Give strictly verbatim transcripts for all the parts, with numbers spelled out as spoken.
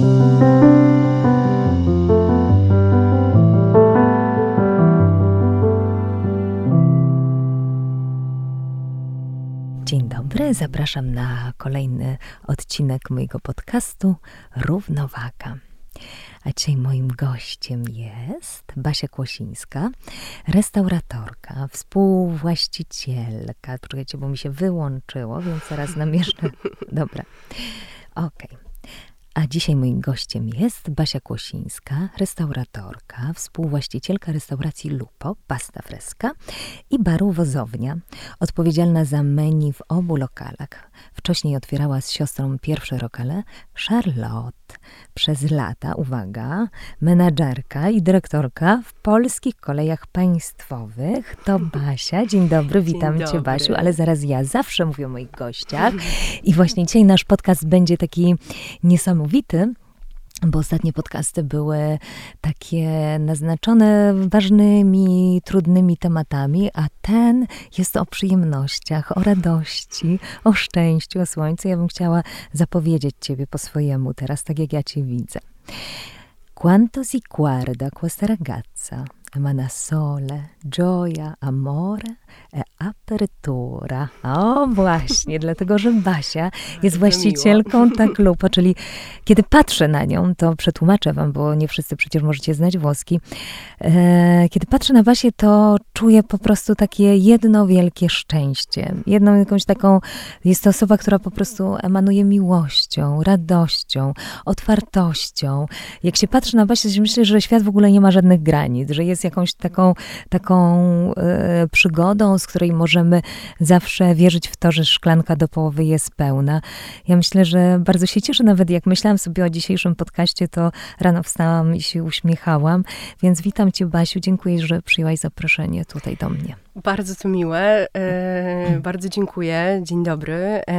Dzień dobry, zapraszam na kolejny odcinek mojego podcastu Równowaga. A dzisiaj moim gościem jest Basia Kłosińska, restauratorka, współwłaścicielka. Poczekajcie, bo mi się wyłączyło, więc zaraz namieszczę. Dobra, okej. Okay. A dzisiaj moim gościem jest Basia Kłosińska, restauratorka, współwłaścicielka restauracji Lupo, Pasta Fresca i baru Wozownia, odpowiedzialna za menu w obu lokalach. Wcześniej otwierała z siostrą pierwsze lokale Charlotte. Przez lata, uwaga, menadżerka i dyrektorka w Polskich Kolejach Państwowych. To Basia. Dzień dobry, witam Dzień Cię dobry. Basiu, ale zaraz ja zawsze mówię o moich gościach. I właśnie dzisiaj nasz podcast będzie taki niesamowity, bo ostatnie podcasty były takie naznaczone ważnymi, trudnymi tematami, a ten jest o przyjemnościach, o radości, o szczęściu, o słońcu. Ja bym chciała zapowiedzieć Ciebie po swojemu teraz, tak jak ja Cię widzę. Quanto si guarda questa ragazza, emana sole, gioia, amore e apertura. O właśnie, dlatego, że Basia jest właścicielką tak Lupo, czyli kiedy patrzę na nią, to przetłumaczę wam, bo nie wszyscy przecież możecie znać włoski. E, kiedy patrzę na Basię, to czuję po prostu takie jedno wielkie szczęście. Jedną jakąś taką, jest to osoba, która po prostu emanuje miłością, radością, otwartością. Jak się patrzy na Basię, to myślę, że świat w ogóle nie ma żadnych granic, że jest jakąś taką, taką e, przygodą, z której możemy zawsze wierzyć w to, że szklanka do połowy jest pełna. Ja myślę, że bardzo się cieszę, nawet jak myślałam sobie o dzisiejszym podcaście, to rano wstałam i się uśmiechałam. Więc witam Cię, Basiu, dziękuję, że przyjęłaś zaproszenie tutaj do mnie. Bardzo to miłe, e, bardzo dziękuję, dzień dobry.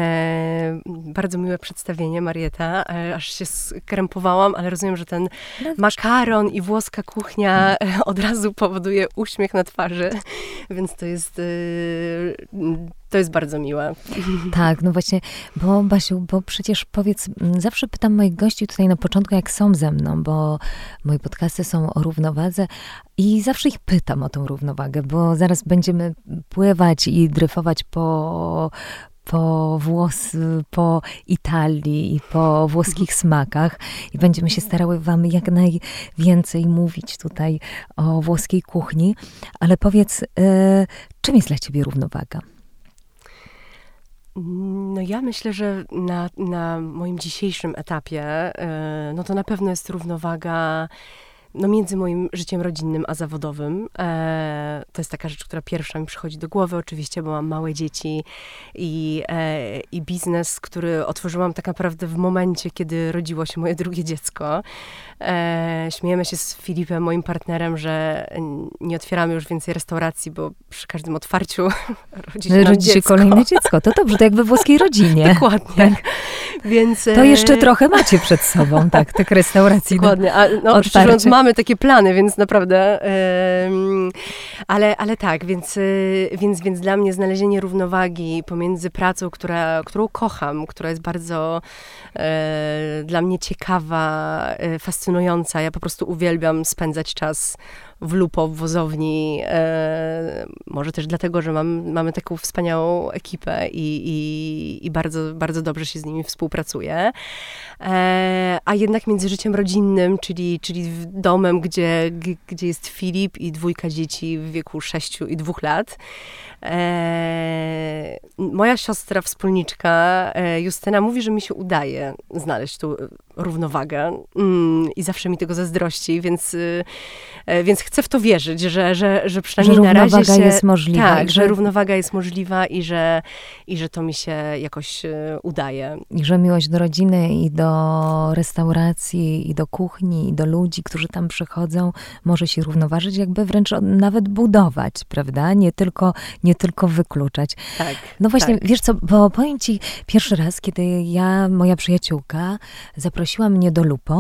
E, bardzo miłe przedstawienie, Marieta, e, aż się skrępowałam, ale rozumiem, że ten makaron i włoska kuchnia e, od razu powoduje uśmiech na twarzy, więc to jest, e, to jest bardzo miłe. Tak, no właśnie, bo Basiu, bo przecież powiedz, zawsze pytam moich gości tutaj na początku, jak są ze mną, bo moje podcasty są o równowadze i zawsze ich pytam o tą równowagę, bo zaraz będziemy pływać i dryfować po, po Włos, po Italii i po włoskich smakach i będziemy się starały wam jak najwięcej mówić tutaj o włoskiej kuchni, ale powiedz, e, czym jest dla ciebie równowaga? No ja myślę, że na, na moim dzisiejszym etapie, no to na pewno jest równowaga no między moim życiem rodzinnym a zawodowym. E, to jest taka rzecz, która pierwsza mi przychodzi do głowy oczywiście, bo mam małe dzieci i, e, i biznes, który otworzyłam tak naprawdę w momencie, kiedy rodziło się moje drugie dziecko. E, śmiejemy się z Filipem, moim partnerem, że nie otwieramy już więcej restauracji, bo przy każdym otwarciu rodzi się nam rodzi się dziecko. kolejne dziecko. To dobrze, to jak we włoskiej rodzinie. Dokładnie. Tak. Więc, to jeszcze trochę macie przed sobą, tak, tych restauracji. Dokładnie. A, no, szczerze mówiąc, mamy takie plany, więc naprawdę, yy, ale, ale tak, więc, yy, więc, więc dla mnie znalezienie równowagi pomiędzy pracą, która, którą kocham, która jest bardzo yy, dla mnie ciekawa, yy, fascynująca. Ja po prostu uwielbiam spędzać czas w Lupo, w Wozowni. E, może też dlatego, że mam, mamy taką wspaniałą ekipę i, i, i bardzo, bardzo dobrze się z nimi współpracuje. E, a jednak między życiem rodzinnym, czyli, czyli domem, gdzie, g, gdzie jest Filip i dwójka dzieci w wieku sześciu i dwóch lat. E, moja siostra, wspólniczka e, Justyna mówi, że mi się udaje znaleźć tu równowagę mm, i zawsze mi tego zazdrości, więc, e, więc chcę w to wierzyć, że, że, że przynajmniej że na razie się... równowaga jest możliwa. Tak, że... że równowaga jest możliwa i że, i że to mi się jakoś e, udaje. I że miłość do rodziny i do restauracji i do kuchni i do ludzi, którzy tam przychodzą, może się równoważyć, jakby wręcz nawet budować, prawda? Nie tylko, nie tylko wykluczać. Tak. No właśnie, tak. wiesz co, bo powiem ci, pierwszy raz, kiedy ja, moja przyjaciółka zaprosiła mnie do Lupo,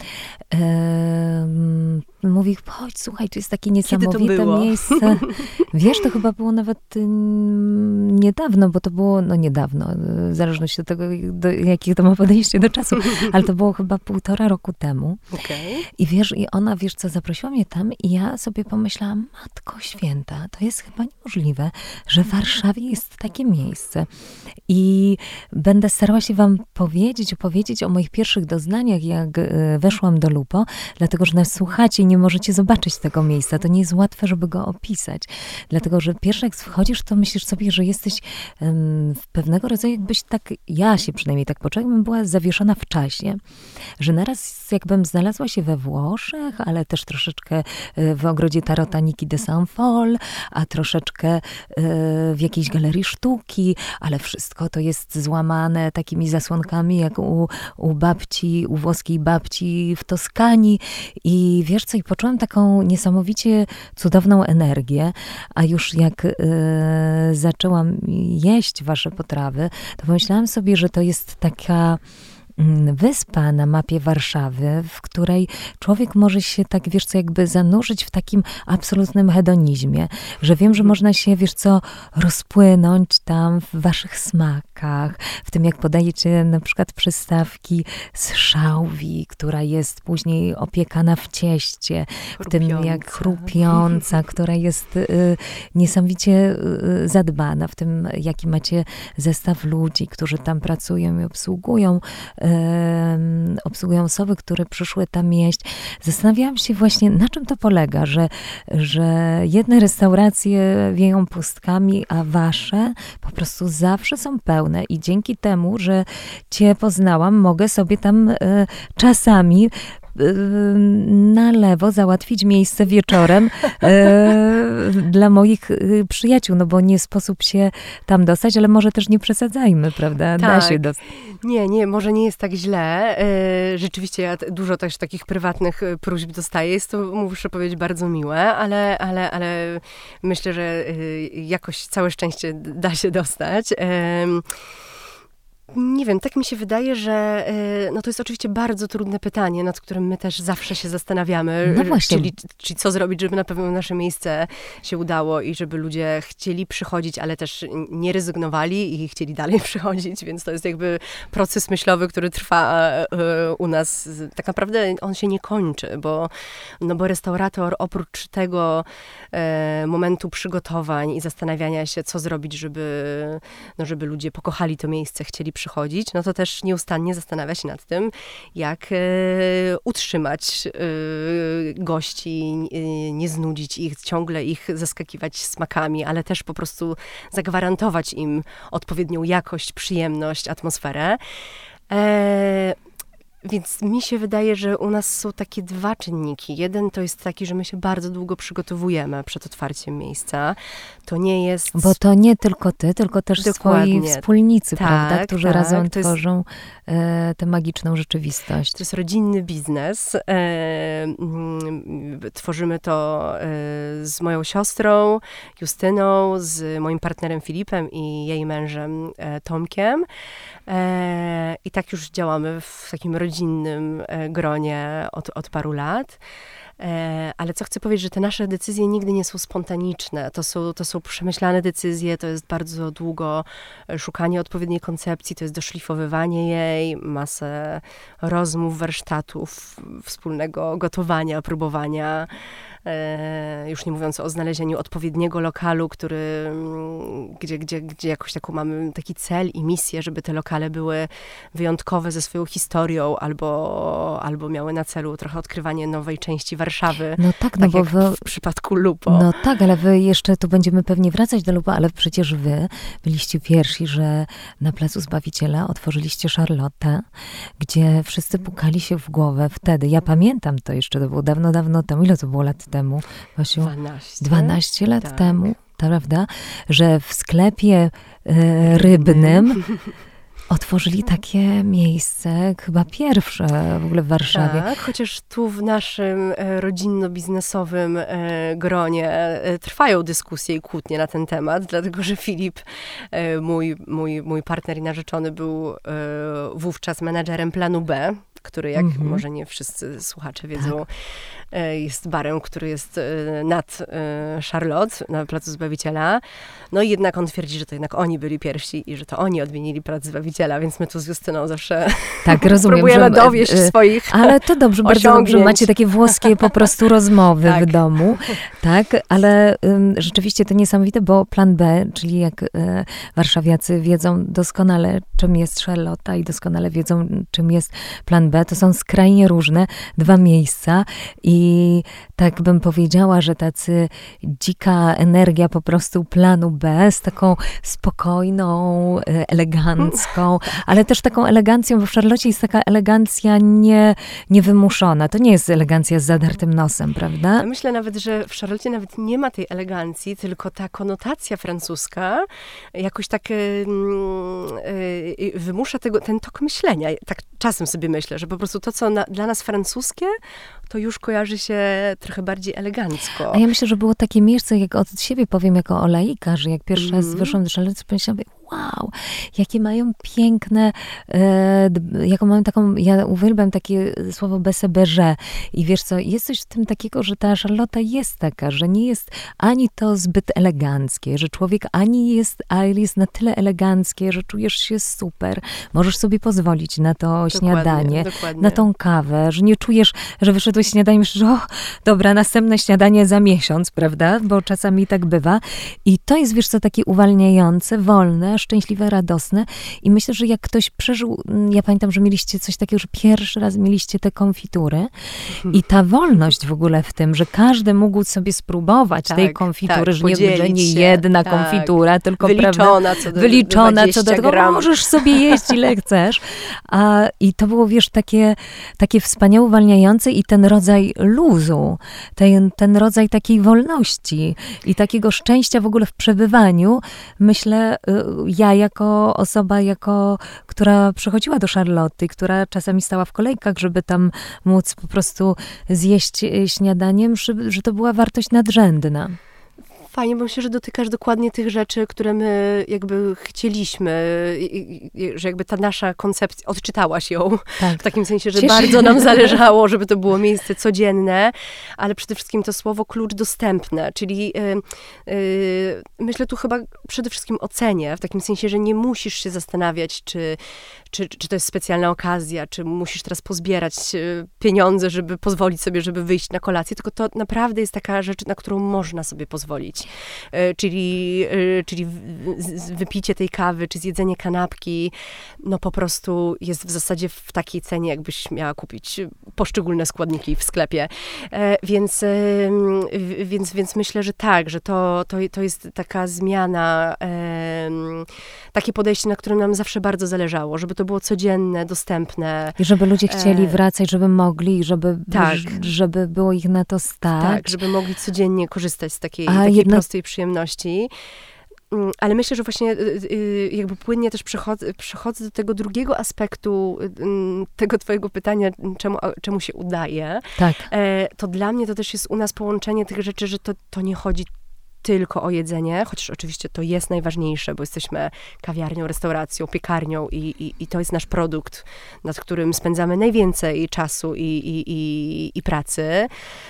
e, mówi, chodź, słuchaj, tu jest takie niesamowite to miejsce. Wiesz, to chyba było nawet y, niedawno, bo to było, no niedawno, w zależności od tego, do, jakie to ma podejście do czasu, ale to było chyba półtora roku temu. Okay. I wiesz, i ona, wiesz co, zaprosiła mnie tam i ja sobie pomyślałam, Matko Święta, to jest chyba niemożliwe, że w Warszawie jest takie miejsce. I będę starała się wam powiedzieć, opowiedzieć o moich pierwszych doznaniach, jak y, weszłam do Lupo, dlatego, że nas słuchacie i nie możecie zobaczyć tego miejsca. To nie jest łatwe, żeby go opisać. Dlatego, że pierwsze jak wchodzisz, to myślisz sobie, że jesteś um, w pewnego rodzaju, jakbyś tak, ja się przynajmniej tak poczułam, jakbym była zawieszona w czasie. Że naraz jakbym znalazła się we Włoszech, ale też troszeczkę w ogrodzie Tarota Niki de Saint-Fol, a troszeczkę w jakiejś galerii sztuki, ale wszystko to jest złamane takimi zasłonkami, jak u, u babci, u włoskiej babci w Toskanii. I wiesz co, i poczułam taką niesamowicie cudowną energię, a już jak y, zaczęłam jeść wasze potrawy, to pomyślałam sobie, że to jest taka wyspa na mapie Warszawy, w której człowiek może się tak, wiesz co, jakby zanurzyć w takim absolutnym hedonizmie, że wiem, że można się, wiesz co, rozpłynąć tam w waszych smakach, w tym jak podajecie na przykład przystawki z szałwi, która jest później opiekana w cieście, w tym jak chrupiąca, która jest y, niesamowicie y, zadbana, w tym jaki macie zestaw ludzi, którzy tam pracują i obsługują obsługują osoby, które przyszły tam jeść. Zastanawiałam się właśnie, na czym to polega, że, że jedne restauracje wieją pustkami, a wasze po prostu zawsze są pełne i dzięki temu, że cię poznałam, mogę sobie tam y, czasami na lewo załatwić miejsce wieczorem e, dla moich przyjaciół, no bo nie sposób się tam dostać, ale może też nie przesadzajmy, prawda? Tak. Da się dostać. Nie, nie, może nie jest tak źle. E, rzeczywiście ja dużo też takich prywatnych próśb dostaję. Jest to, muszę powiedzieć, bardzo miłe, ale, ale, ale myślę, że jakoś całe szczęście da się dostać. E, Nie wiem, tak mi się wydaje, że no to jest oczywiście bardzo trudne pytanie, nad którym my też zawsze się zastanawiamy. No właśnie. Czyli, czyli co zrobić, żeby na pewno nasze miejsce się udało i żeby ludzie chcieli przychodzić, ale też nie rezygnowali i chcieli dalej przychodzić, więc to jest jakby proces myślowy, który trwa u nas. Tak naprawdę on się nie kończy, bo, no bo restaurator oprócz tego e, momentu przygotowań i zastanawiania się, co zrobić, żeby, no żeby ludzie pokochali to miejsce, chcieli przychodzić, no to też nieustannie zastanawia się nad tym, jak e, utrzymać e, gości, e, nie znudzić ich, ciągle ich zaskakiwać smakami, ale też po prostu zagwarantować im odpowiednią jakość, przyjemność, atmosferę. E, Więc mi się wydaje, że u nas są takie dwa czynniki. Jeden to jest taki, że my się bardzo długo przygotowujemy przed otwarciem miejsca. To nie jest... Bo to nie tylko ty, tylko też Dokładnie. swoi wspólnicy, tak, prawda? Którzy tak, razem to jest... tworzą e, tę magiczną rzeczywistość. To jest rodzinny biznes. E, mm, tworzymy to e, z moją siostrą Justyną, z moim partnerem Filipem i jej mężem e, Tomkiem. E, I tak już działamy w takim rodzinnym e, gronie od, od paru lat. E, ale co chcę powiedzieć, że te nasze decyzje nigdy nie są spontaniczne. To są, to są przemyślane decyzje, to jest bardzo długo szukanie odpowiedniej koncepcji, to jest doszlifowywanie jej, masę rozmów, warsztatów, wspólnego gotowania, próbowania. E, już nie mówiąc o znalezieniu odpowiedniego lokalu, który, gdzie, gdzie, gdzie jakoś taką mamy taki cel i misję, żeby te lokale były wyjątkowe ze swoją historią, albo, albo miały na celu trochę odkrywanie nowej części Warszawy. No tak, no tak bo jak wy... w przypadku Lupo. No tak, ale wy jeszcze, tu będziemy pewnie wracać do Lupo, ale przecież wy byliście pierwsi, że na Placu Zbawiciela otworzyliście Charlotte, gdzie wszyscy pukali się w głowę wtedy. Ja pamiętam to jeszcze, to było dawno, dawno temu. Ile to było lat temu, Basiu? dwanaście. dwanaście lat tak. temu, prawda? Że w sklepie e, rybnym otworzyli takie miejsce, chyba pierwsze w ogóle w Warszawie. Tak, chociaż tu w naszym e, rodzinno-biznesowym e, gronie e, trwają dyskusje i kłótnie na ten temat, dlatego że Filip, e, mój, mój, mój partner i narzeczony, był e, wówczas menadżerem planu B, który, jak Mhm. może nie wszyscy słuchacze wiedzą, e, jest barem, który jest e, nad e, Charlotte, na Placu Zbawiciela. No i jednak on twierdzi, że to jednak oni byli pierwsi i że to oni odmienili Plac Zbawiciela, więc my tu z Justyną zawsze Tak, rozumiem, próbujemy że, dowieść e, swoich Ale to dobrze, bardzo osiągnięć. dobrze. Macie takie włoskie po prostu rozmowy Tak. w domu. Tak, ale ym, rzeczywiście to niesamowite, bo plan B, czyli jak y, warszawiacy wiedzą doskonale, czym jest Charlotta i doskonale wiedzą, czym jest plan B, to są skrajnie różne dwa miejsca i tak bym powiedziała, że tacy dzika energia po prostu planu B z taką spokojną, y, elegancką, ale też taką elegancją, bo w Charlotcie jest taka elegancja nie, niewymuszona. To nie jest elegancja z zadartym nosem, prawda? Ja myślę nawet, że w Charlotte nawet nie ma tej elegancji, tylko ta konotacja francuska jakoś tak y, y, wymusza tego, ten tok myślenia. Tak czasem sobie myślę, że po prostu to, co na, dla nas francuskie, to już kojarzy się trochę bardziej elegancko. A ja myślę, że było takie miejsce, jak od siebie powiem, jako olejka, że jak pierwszy raz Mhm. wyszłam do Charlotte, pomyślałam, wow, jakie mają piękne, e, d- jaką mają taką, ja uwielbiam takie słowo bese-berze. I wiesz co, jest coś w tym takiego, że ta Charlotta jest taka, że nie jest ani to zbyt eleganckie, że człowiek ani jest, a jest na tyle eleganckie, że czujesz się super. Możesz sobie pozwolić na to Dokładnie, śniadanie, dokładnie. na tą kawę, że nie czujesz, że wyszedłeś z śniadaniem, że o, dobra, następne śniadanie za miesiąc, prawda? Bo czasami tak bywa. I to jest, wiesz co, takie uwalniające, wolne, szczęśliwe, radosne. I myślę, że jak ktoś przeżył, ja pamiętam, że mieliście coś takiego, że pierwszy raz mieliście te konfitury i ta wolność w ogóle w tym, że każdy mógł sobie spróbować Tak, tej konfitury, tak, że, nie, że podzielić nie się, jedna tak. konfitura, tylko prawda, Wyliczona co do wyliczona co do dwadzieścia tego, gram. możesz sobie jeść ile chcesz. A, I to było, wiesz, takie, takie wspaniałe, uwalniające i ten rodzaj luzu, ten, ten rodzaj takiej wolności i takiego szczęścia w ogóle w przebywaniu, myślę, y, ja jako osoba, jako, która przychodziła do Charlotty, która czasami stała w kolejkach, żeby tam móc po prostu zjeść y, śniadaniem, że, że to była wartość nadrzędna. Fajnie, bo myślę, że dotykasz dokładnie tych rzeczy, które my jakby chcieliśmy, i- i- że jakby ta nasza koncepcja, odczytałaś ją, Tak. w takim sensie, że Cieszę bardzo się. nam zależało, żeby to było miejsce codzienne, ale przede wszystkim to słowo klucz dostępne, czyli y, y, myślę tu chyba przede wszystkim o cenie, w takim sensie, że nie musisz się zastanawiać, czy, czy, czy to jest specjalna okazja, czy musisz teraz pozbierać y, pieniądze, żeby pozwolić sobie, żeby wyjść na kolację, tylko to naprawdę jest taka rzecz, na którą można sobie pozwolić. Y, czyli y, czyli w, z, wypicie tej kawy, czy zjedzenie kanapki, no po prostu jest w zasadzie w takiej cenie, jakbyś miała kupić poszczególne składniki w sklepie. E, więc, e, więc, więc myślę, że tak, że to, to, to jest taka zmiana, e, takie podejście, na którym nam zawsze bardzo zależało, żeby to było codzienne, dostępne. I żeby ludzie chcieli E, wracać, żeby mogli, żeby, tak. ż- żeby było ich na to stać. Tak, żeby mogli codziennie korzystać z takiej, A takiej jednak- prostej przyjemności. Mm, Ale myślę, że właśnie y, y, jakby płynnie też przechodzę, przechodzę do tego drugiego aspektu y, y, tego twojego pytania, czemu, a- czemu się udaje. Tak. E, to dla mnie to też jest u nas połączenie tych rzeczy, że to, to nie chodzi tylko o jedzenie, chociaż oczywiście to jest najważniejsze, bo jesteśmy kawiarnią, restauracją, piekarnią i, i, i to jest nasz produkt, nad którym spędzamy najwięcej czasu i, i, i, i pracy,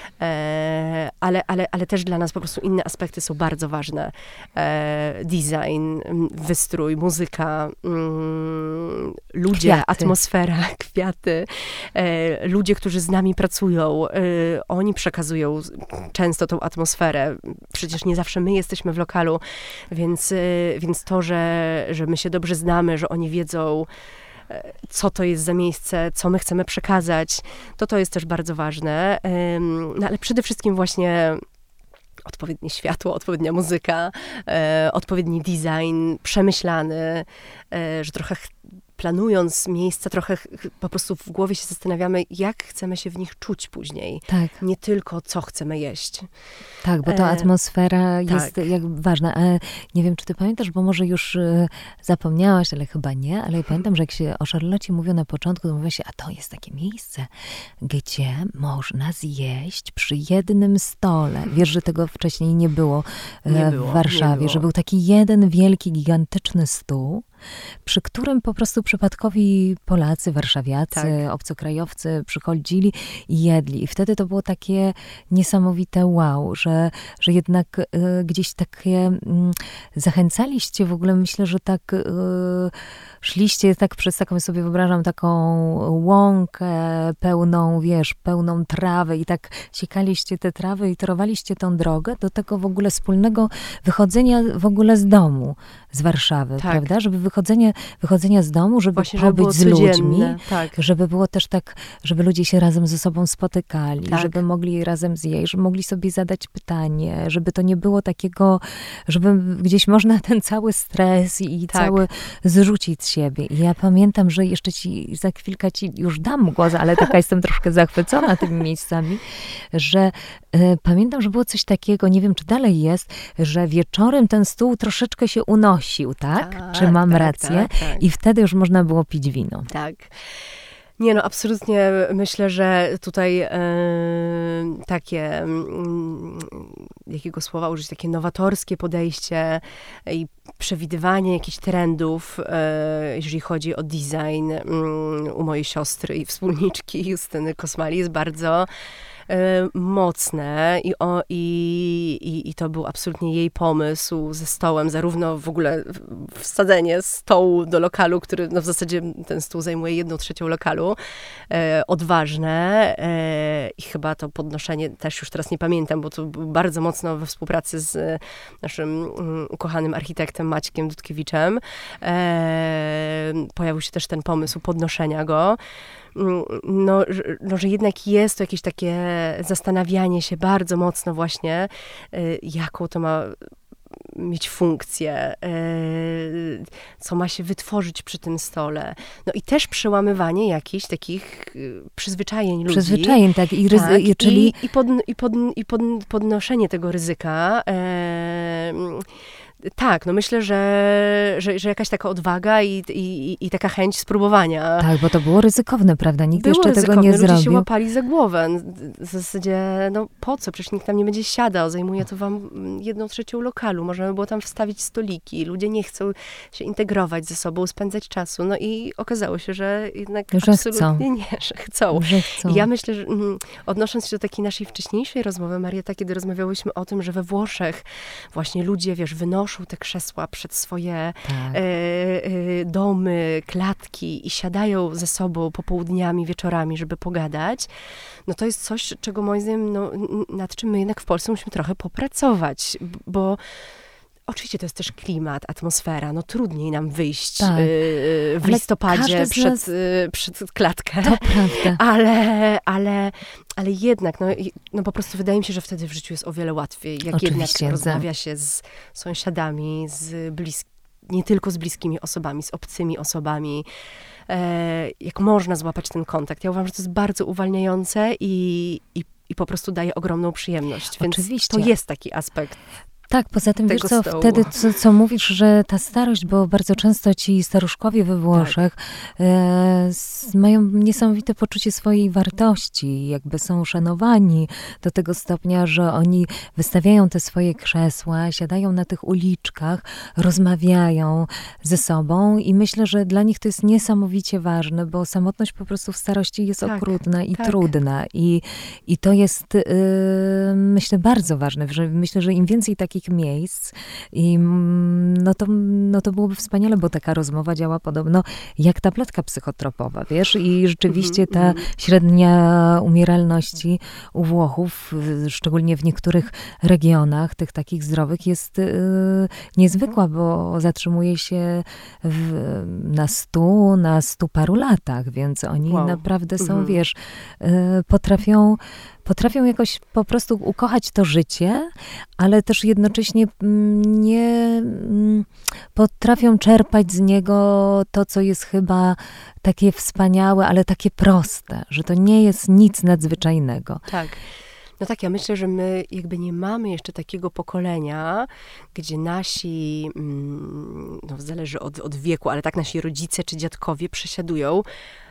e, ale, ale, ale też dla nas po prostu inne aspekty są bardzo ważne. E, design, m, wystrój, muzyka, mm, ludzie, Kwiaty. atmosfera, kwiaty, e, ludzie, którzy z nami pracują, e, oni przekazują często tą atmosferę. Przecież nie zawsze my jesteśmy w lokalu, więc, y, więc to, że, że my się dobrze znamy, że oni wiedzą, e, co to jest za miejsce, co my chcemy przekazać, to to jest też bardzo ważne. Ym, No ale przede wszystkim właśnie odpowiednie światło, odpowiednia muzyka, e, odpowiedni design, przemyślany, e, że trochę ch- planując miejsca, trochę ch- po prostu w głowie się zastanawiamy, jak chcemy się w nich czuć później. Tak, Nie tylko, co chcemy jeść. tak, bo ta E, atmosfera jest tak. jak ważna. Ale nie wiem, czy ty pamiętasz, bo może już y, zapomniałaś, ale chyba nie, ale ja pamiętam, że jak się o Charlotcie mówiło na początku, to mówiło się, a to jest takie miejsce, gdzie można zjeść przy jednym stole. Wiesz, że tego wcześniej nie było, e, Nie było, w Warszawie, nie było. że był taki jeden wielki, gigantyczny stół, przy którym po prostu przypadkowi Polacy, warszawiacy, Tak. obcokrajowcy przychodzili i jedli. I wtedy to było takie niesamowite wow, że, że jednak y, gdzieś takie y, zachęcaliście w ogóle, myślę, że tak y, szliście tak przez taką, sobie wyobrażam, taką łąkę pełną, wiesz, pełną trawy i tak siekaliście te trawy i torowaliście tą drogę do tego w ogóle wspólnego wychodzenia w ogóle z domu, z Warszawy, Tak. prawda? Żeby wychodzenia, wychodzenia z domu, żeby Właśnie, żeby pobyć było z ludźmi, codzienne, tak. żeby było też tak, żeby ludzie się razem ze sobą spotykali, Tak. żeby mogli razem zjeść, żeby mogli sobie zadać pytanie, żeby to nie było takiego, żeby gdzieś można ten cały stres i Tak. cały zrzucić z siebie. I ja pamiętam, że jeszcze ci, za chwilkę ci już dam głos, ale taka jestem troszkę zachwycona tymi miejscami, że e, pamiętam, że było coś takiego, nie wiem, czy dalej jest, że wieczorem ten stół troszeczkę się unosił, tak? Tak, Czy mam tak, rację? tak, tak. I wtedy już można było pić wino. Tak. Nie no, absolutnie myślę, że tutaj e, takie, mm, jakiego słowa użyć, takie nowatorskie podejście i przewidywanie jakichś trendów, e, jeżeli chodzi o design mm, u mojej siostry i wspólniczki Justyny Kosmali jest bardzo e, mocne i, o, i, i, i to był absolutnie jej pomysł ze stołem, zarówno w ogóle wsadzenie stołu do lokalu, który no w zasadzie ten stół zajmuje jedną trzecią lokalu, e, odważne e, i chyba to podnoszenie, też już teraz nie pamiętam, bo to było bardzo mocno we współpracy z naszym mm, ukochanym architektem Maćkiem Dudkiewiczem. E, pojawił się też ten pomysł podnoszenia go. No, że, no, że jednak jest to jakieś takie zastanawianie się bardzo mocno właśnie, y, jaką to ma mieć funkcję, y, co ma się wytworzyć przy tym stole. No i też przełamywanie jakichś takich y, przyzwyczajeń ludzi. Przyzwyczajeń, tak. I, ryzy, Tak, i, czyli... i, i, pod, i, pod, i pod, podnoszenie tego ryzyka. E, Tak, no myślę, że, że, że jakaś taka odwaga i, i, i taka chęć spróbowania. Tak, bo to było ryzykowne, prawda? Nikt Było jeszcze ryzykowne. tego nie Ludzie zrobił. się łapali za głowę. W zasadzie, no po co? Przecież nikt tam nie będzie siadał. Zajmuje to wam jedną trzecią lokalu. Można by było tam wstawić stoliki. Ludzie nie chcą się integrować ze sobą, spędzać czasu. No i okazało się, że jednak Że absolutnie chcą. nie, że chcą. Że chcą. I ja myślę, że mm, odnosząc się do takiej naszej wcześniejszej rozmowy, Marieta, kiedy rozmawiałyśmy o tym, że we Włoszech właśnie ludzie, wiesz, wynoszą te krzesła przed swoje Tak. e, e, domy, klatki i siadają ze sobą popołudniami, wieczorami, żeby pogadać, no to jest coś, czego moim zdaniem, no, nad czym my jednak w Polsce musimy trochę popracować, bo oczywiście to jest też klimat, atmosfera, no trudniej nam wyjść Tak. y, w Ale listopadzie każdy z przed, nas- y, przed klatkę. To prawda. Ale, ale, ale jednak, no, i- no po prostu wydaje mi się, że wtedy w życiu jest o wiele łatwiej, jak Oczywiście, jednak za- rozmawia się z sąsiadami, z blisk, nie tylko z bliskimi osobami, z obcymi osobami, e, jak można złapać ten kontakt. Ja uważam, że to jest bardzo uwalniające i, i, i po prostu daje ogromną przyjemność. Więc Oczywiście. to jest taki aspekt. Tak, poza tym, wiesz tego co, stołu. wtedy, co, co mówisz, że ta starość, bo bardzo często ci staruszkowie we Włoszech e, s- mają niesamowite poczucie swojej wartości, jakby są szanowani do tego stopnia, że oni wystawiają te swoje krzesła, siadają na tych uliczkach, rozmawiają ze sobą i myślę, że dla nich to jest niesamowicie ważne, bo samotność po prostu w starości jest Tak, okrutna i tak. trudna i, i to jest, y, myślę, bardzo ważne, że myślę, że im więcej takich miejsc, i, mm, no, to, no to byłoby wspaniale, bo taka rozmowa działa podobno jak tabletka psychotropowa, wiesz, i rzeczywiście ta średnia umieralności u Włochów, y, szczególnie w niektórych regionach, tych takich zdrowych, jest y, niezwykła, bo zatrzymuje się w, na stu, na stu paru latach, więc oni Wow. naprawdę są, Mhm. wiesz, y, potrafią potrafią jakoś po prostu ukochać to życie, ale też jednocześnie mm, nie mm, potrafią czerpać z niego to, co jest chyba takie wspaniałe, ale takie proste, że to nie jest nic nadzwyczajnego. Tak. No tak, ja myślę, że my jakby nie mamy jeszcze takiego pokolenia, gdzie nasi, mm, no zależy od, od wieku, ale tak nasi rodzice czy dziadkowie przesiadują w,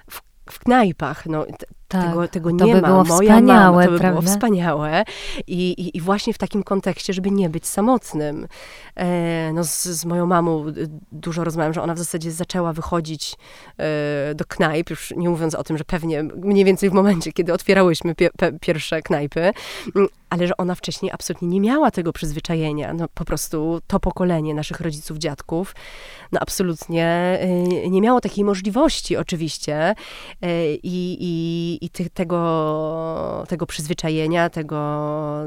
w knajpach, no Tak, tego, tego to nie by ma. było Moja wspaniałe, mama, to by prawda? było wspaniałe. I, i, I właśnie w takim kontekście, żeby nie być samotnym. E, no z, z moją mamą dużo rozmawiam, że ona w zasadzie zaczęła wychodzić e, do knajp, już nie mówiąc o tym, że pewnie mniej więcej w momencie, kiedy otwierałyśmy pie, pe, pierwsze knajpy, ale że ona wcześniej absolutnie nie miała tego przyzwyczajenia. No po prostu to pokolenie naszych rodziców, dziadków, no absolutnie y, nie miało takiej możliwości oczywiście y, i, i ty, tego, tego przyzwyczajenia, tego,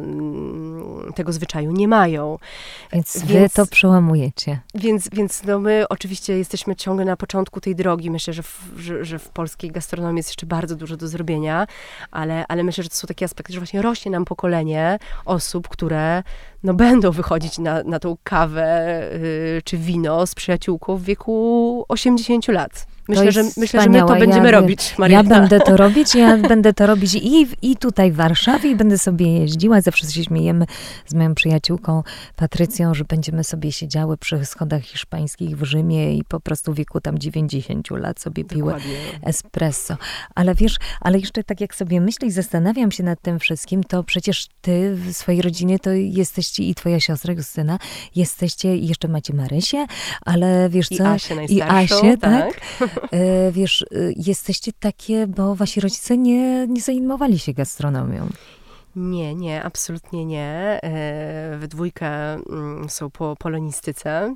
y, tego zwyczaju nie mają. Więc wy Więc- to przełamujecie. Więc, więc no my oczywiście jesteśmy ciągle na początku tej drogi. Myślę, że w, że, że w polskiej gastronomii jest jeszcze bardzo dużo do zrobienia, ale, ale myślę, że to są takie aspekty, że właśnie rośnie nam pokolenie osób, które no, będą wychodzić na, na tą kawę y, czy wino z przyjaciółką w wieku osiemdziesięciu lat. Myślę, jest że, myślę, że my to wspaniałe. będziemy ja, robić, Ja Marianna. będę to robić, ja będę to robić i, w- i tutaj w Warszawie i będę sobie jeździła. Zawsze się śmiejemy z moją przyjaciółką Patrycją, że będziemy sobie siedziały przy schodach hiszpańskich w Rzymie i po prostu w wieku tam dziewięćdziesięciu lat sobie piły Dokładnie. espresso. Ale wiesz, ale jeszcze tak jak sobie myślę i zastanawiam się nad tym wszystkim, to przecież ty w swojej rodzinie to jesteście i twoja siostra Justyna, jesteście i jeszcze macie Marysię, ale wiesz I co? Asię I najstarszą, Asię, tak. E, wiesz, e, jesteście takie, bo wasi rodzice nie, nie zajmowali się gastronomią. Nie, nie, absolutnie nie. E, We dwójkę mm, są po polonistyce.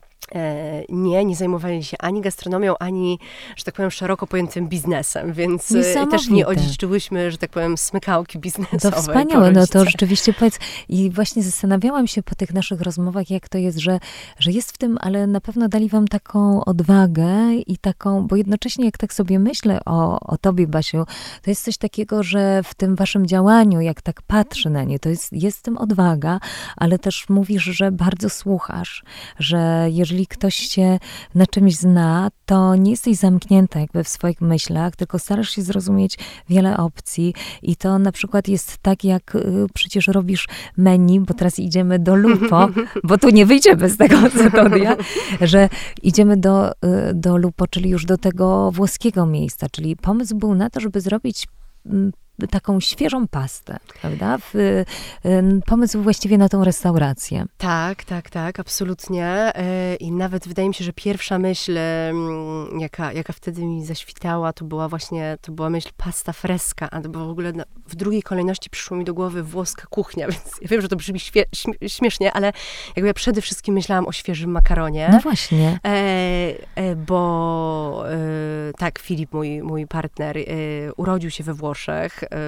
E, Nie, nie zajmowali się ani gastronomią, ani, że tak powiem, szeroko pojętym biznesem, więc e, też nie Niesamowite. odziedziczyłyśmy, że tak powiem, smykałki biznesowe. To po wspaniałe, no to rodzicach. rzeczywiście powiedz. I właśnie zastanawiałam się po tych naszych rozmowach, jak to jest, że, że jest w tym, ale na pewno dali wam taką odwagę i taką, bo jednocześnie jak tak sobie myślę o, o tobie, Basiu, to jest coś takiego, że w tym waszym działaniu, jak tak patrzę na nie, to jest, jest w tym odwaga, ale też mówisz, że bardzo słuchasz, że jeżeli ktoś się na czymś zna, to nie jesteś zamknięta jakby w swoich myślach, tylko starasz się zrozumieć wiele opcji i to na przykład jest tak, jak y, przecież robisz menu, bo teraz idziemy do Lupo, bo tu nie wyjdzie bez tego Cytodia, że idziemy do, y, do Lupo, czyli już do tego włoskiego miejsca, czyli pomysł był na to, żeby zrobić mm, taką świeżą pastę, prawda? W, y, pomysł właściwie na tą restaurację. Tak, tak, tak, absolutnie. E, I nawet wydaje mi się, że pierwsza myśl, mm, jaka, jaka wtedy mi zaświtała, to była właśnie, to była myśl pasta fresca, a to było w ogóle na, w drugiej kolejności przyszło mi do głowy włoska kuchnia, więc ja wiem, że to brzmi śmie, śmie- śmiesznie, ale jakby ja przede wszystkim myślałam o świeżym makaronie. No właśnie. E, e, bo e, tak, Filip, mój, mój partner, e, urodził się we Włoszech, e,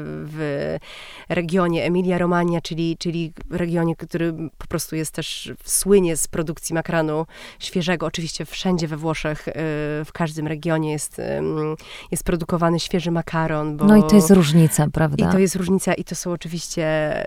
w regionie Emilia-Romagna, czyli, czyli regionie, który po prostu jest też słynie z produkcji makaronu świeżego. Oczywiście wszędzie we Włoszech, e, w każdym regionie jest, em, jest produkowany świeży makaron. Bo... No i to jest różnica, prawda? I to jest różnica i to są oczywiście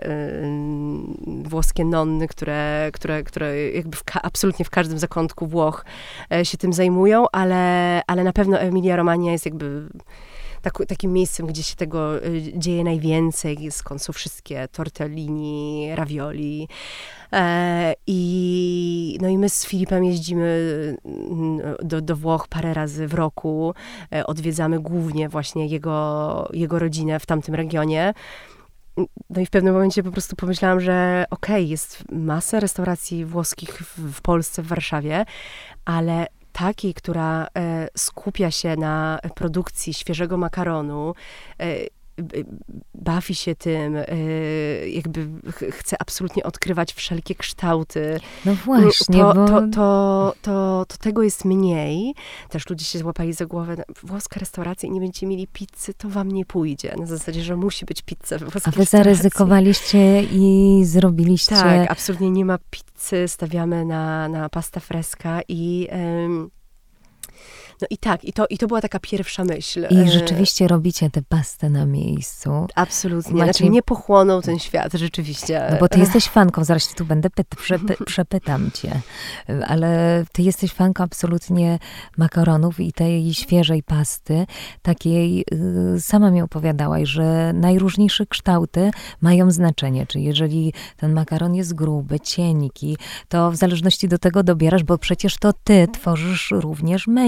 y, włoskie nonny, które, które, które jakby w ka- absolutnie w każdym zakątku Włoch e, się tym zajmują, ale, ale na pewno Emilia-Romagna jest jakby tak, takim miejscem, gdzie się tego y, dzieje najwięcej, skąd są wszystkie tortellini, ravioli. E, i, no i my z Filipem jeździmy mm, do, do Włoch parę razy w roku. E, odwiedzamy głównie właśnie jego, jego rodzinę w tamtym regionie. No i w pewnym momencie po prostu pomyślałam, że okej, okay, jest masa restauracji włoskich w, w Polsce, w Warszawie, ale takiej, która e, skupia się na produkcji świeżego makaronu, e, bawi się tym, e, jakby ch- chce absolutnie odkrywać wszelkie kształty. No właśnie, to, bo... to, to, to, to tego jest mniej. Też ludzie się złapali za głowę, włoska restauracja i nie będziecie mieli pizzy, to wam nie pójdzie. Na zasadzie, że musi być pizza we włoskiej A wy restauracji. zaryzykowaliście i zrobiliście... Tak, absolutnie nie ma pizzy, stawiamy na, na pasta fresca i... Ym, no i tak, i to, i to była taka pierwsza myśl. I rzeczywiście robicie tę pastę na miejscu. Absolutnie. Macie- Znaczy nie pochłonął ten świat, rzeczywiście. No bo ty jesteś fanką, zaraz cię tu będę pyt, przepy, przepytam cię, ale ty jesteś fanką absolutnie makaronów i tej świeżej pasty, takiej, y, sama mi opowiadałaś, że najróżniejsze kształty mają znaczenie, czyli jeżeli ten makaron jest gruby, cienki, to w zależności do tego dobierasz, bo przecież to ty tworzysz również menu.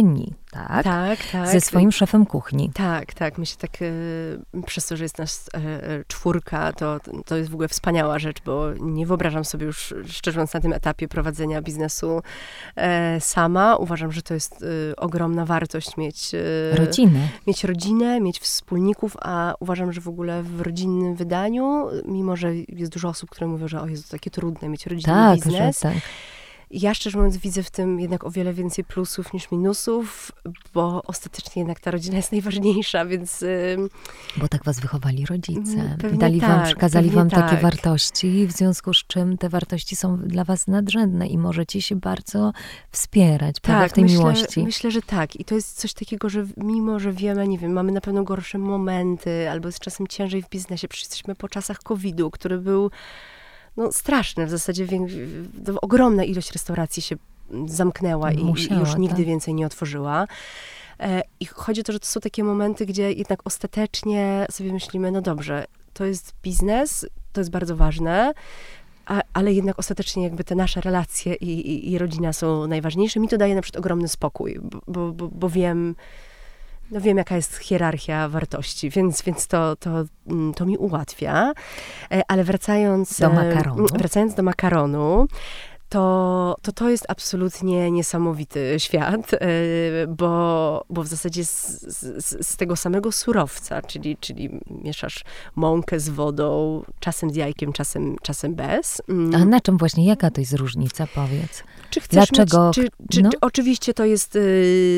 tak? Tak, tak. Ze swoim szefem kuchni. Tak, tak. Myślę tak, e, przez to, że jest nas e, czwórka, to, to jest w ogóle wspaniała rzecz, bo nie wyobrażam sobie już, szczerze mówiąc, na tym etapie prowadzenia biznesu e, sama. Uważam, że to jest e, ogromna wartość mieć e, rodzinę. Mieć rodzinę, mieć wspólników, a uważam, że w ogóle w rodzinnym wydaniu, mimo że jest dużo osób, które mówią, że o Jezu, to takie trudne mieć rodzinny tak, biznes. Że tak. Ja szczerze mówiąc widzę w tym jednak o wiele więcej plusów niż minusów, bo ostatecznie jednak ta rodzina jest najważniejsza, więc... Bo tak was wychowali rodzice. Pewnie Dali wam, tak, przekazali wam tak. takie wartości, w związku z czym te wartości są dla was nadrzędne i możecie się bardzo wspierać, tak, prawda, w tej myślę, miłości. Myślę, że tak. I to jest coś takiego, że mimo, że wiemy, nie wiem, mamy na pewno gorsze momenty, albo jest czasem ciężej w biznesie, przecież jesteśmy po czasach kowida, który był no, straszny. W zasadzie wie, ogromna ilość restauracji się zamknęła i, Musiała, i już nigdy tak? więcej nie otworzyła. E, I chodzi o to, że to są takie momenty, gdzie jednak ostatecznie sobie myślimy, no dobrze, to jest biznes, to jest bardzo ważne, a, ale jednak ostatecznie jakby te nasze relacje i, i, i rodzina są najważniejsze. Mi to daje na przykład ogromny spokój, bo, bo, bo wiem, no wiem, jaka jest hierarchia wartości, więc, więc to, to, to mi ułatwia. Ale wracając do makaronu, wracając do makaronu, to, to to jest absolutnie niesamowity świat, bo, bo w zasadzie z, z, z tego samego surowca, czyli, czyli mieszasz mąkę z wodą, czasem z jajkiem, czasem, czasem bez. A na czym właśnie, jaka to jest różnica, powiedz? Czy chcesz Dlaczego? Mieć, czy, czy, no? czy, oczywiście to jest y,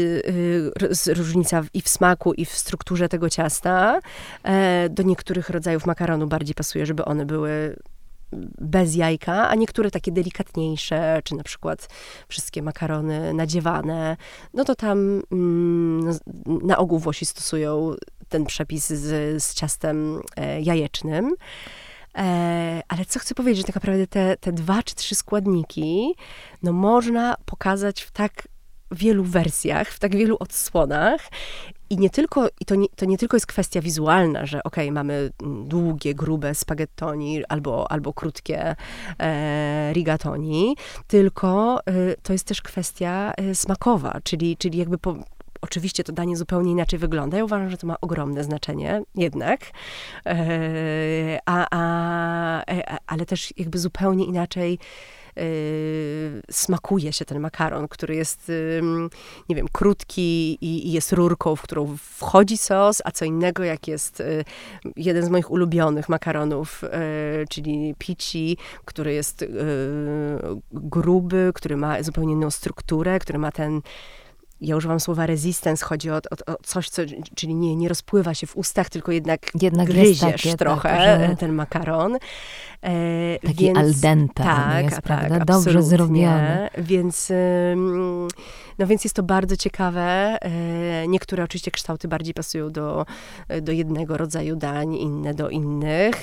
y, różnica i w smaku, i w strukturze tego ciasta. E, do niektórych rodzajów makaronu bardziej pasuje, żeby one były bez jajka, a niektóre takie delikatniejsze, czy na przykład wszystkie makarony nadziewane, no to tam mm, no, na ogół Włosi stosują ten przepis z, z ciastem e, jajecznym. E, ale co chcę powiedzieć, że tak naprawdę te, te dwa czy trzy składniki, no można pokazać w tak wielu wersjach, w tak wielu odsłonach. I nie tylko, i to nie, to nie tylko jest kwestia wizualna, że okej, okay, mamy długie, grube spaghettoni albo, albo krótkie e, rigatoni, tylko e, to jest też kwestia e, smakowa, czyli, czyli jakby po, oczywiście to danie zupełnie inaczej wygląda. Ja uważam, że to ma ogromne znaczenie jednak, e, a, a, a, ale też jakby zupełnie inaczej Yy, smakuje się ten makaron, który jest, yy, nie wiem, krótki i, i jest rurką, w którą wchodzi sos, a co innego jak jest yy, jeden z moich ulubionych makaronów, yy, czyli pici, który jest yy, gruby, który ma zupełnie inną strukturę, który ma ten, ja używam słowa resistance, chodzi o, o, o coś, co, czyli nie, nie rozpływa się w ustach, tylko jednak, jednak gryziesz takie, trochę tak, że... ten makaron. E, Taki więc, al dente tak, jest, tak, prawda? Tak, dobrze zrobiony. Więc, no więc jest to bardzo ciekawe. Niektóre oczywiście kształty bardziej pasują do, do jednego rodzaju dań, inne do innych.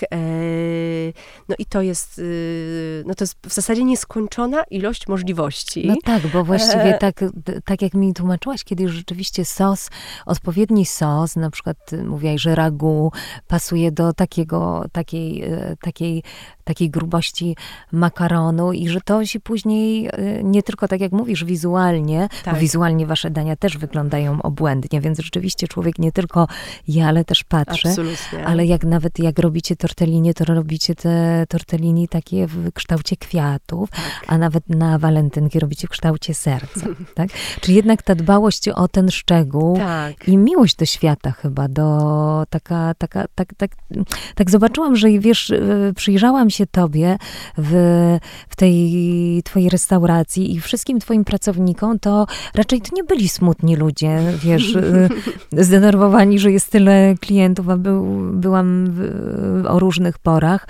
No i to jest, no to jest w zasadzie nieskończona ilość możliwości. No tak, bo właściwie tak, tak jak mi tłumaczyłaś kiedyś, rzeczywiście sos, odpowiedni sos, na przykład mówiłaś, że ragu pasuje do takiego, takiej, takiej takiej grubości makaronu i że to się później, nie tylko tak jak mówisz, wizualnie, tak. Bo wizualnie wasze dania też wyglądają obłędnie, więc rzeczywiście człowiek nie tylko je, ale też patrzy. Absolutnie. Ale jak nawet jak robicie tortellini, to robicie te tortellini takie w kształcie kwiatów, tak. A nawet na walentynki robicie w kształcie serca. Tak? Czyli jednak ta dbałość o ten szczegół tak. I miłość do świata chyba, do taka, taka, tak, tak, tak zobaczyłam, że wiesz, przyjrzałam się tobie w, w tej twojej restauracji i wszystkim twoim pracownikom, to raczej to nie byli smutni ludzie, wiesz, zdenerwowani, że jest tyle klientów, a był, byłam w, o różnych porach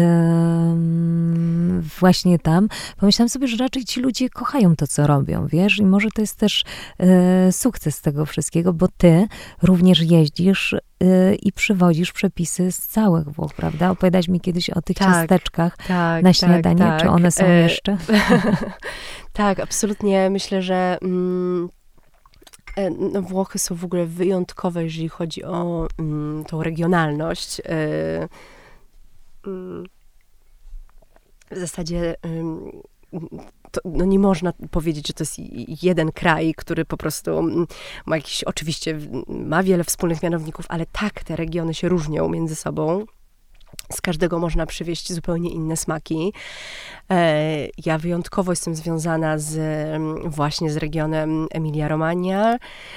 um, właśnie tam. Pomyślałam sobie, że raczej ci ludzie kochają to, co robią, wiesz, i może to jest też e, sukces tego wszystkiego, bo ty również jeździsz i przywozisz przepisy z całych Włoch, prawda? Opowiadałaś mi kiedyś o tych tak, ciasteczkach tak, na śniadanie. Tak, Czy one są e... jeszcze? Tak, absolutnie. Myślę, że mm, no, Włochy są w ogóle wyjątkowe, jeżeli chodzi o mm, tą regionalność. E, mm, w zasadzie mm, to, no nie można powiedzieć, że to jest jeden kraj, który po prostu ma jakiś, oczywiście ma wiele wspólnych mianowników, ale tak, te regiony się różnią między sobą. Z każdego można przywieźć zupełnie inne smaki. Ja wyjątkowo jestem związana z, właśnie z regionem Emilia-Romagna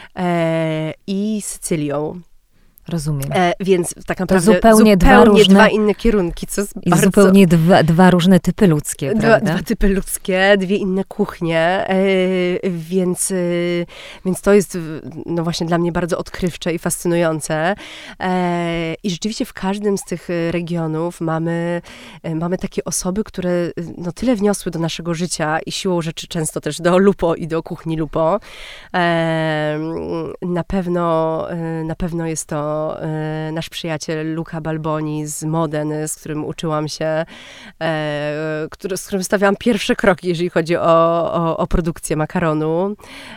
i Sycylią. Rozumiem. E, więc tak naprawdę zupełnie, zupełnie dwa, różne, dwa inne kierunki. Co I bardzo, zupełnie dwa, dwa różne typy ludzkie, dwa, prawda? Dwa typy ludzkie, dwie inne kuchnie, e, więc, e, więc to jest no właśnie dla mnie bardzo odkrywcze i fascynujące. E, I rzeczywiście w każdym z tych regionów mamy, e, mamy takie osoby, które no tyle wniosły do naszego życia i siłą rzeczy często też do Lupo i do kuchni Lupo. E, na pewno, e, na pewno jest to nasz przyjaciel Luca Balboni z Modeny, z którym uczyłam się, e, który, z którym stawiałam pierwsze kroki, jeżeli chodzi o, o, o produkcję makaronu.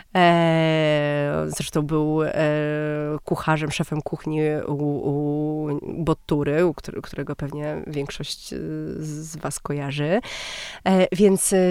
E, zresztą był e, kucharzem, szefem kuchni u, u Bottury, u który, którego pewnie większość z was kojarzy. E, więc, e,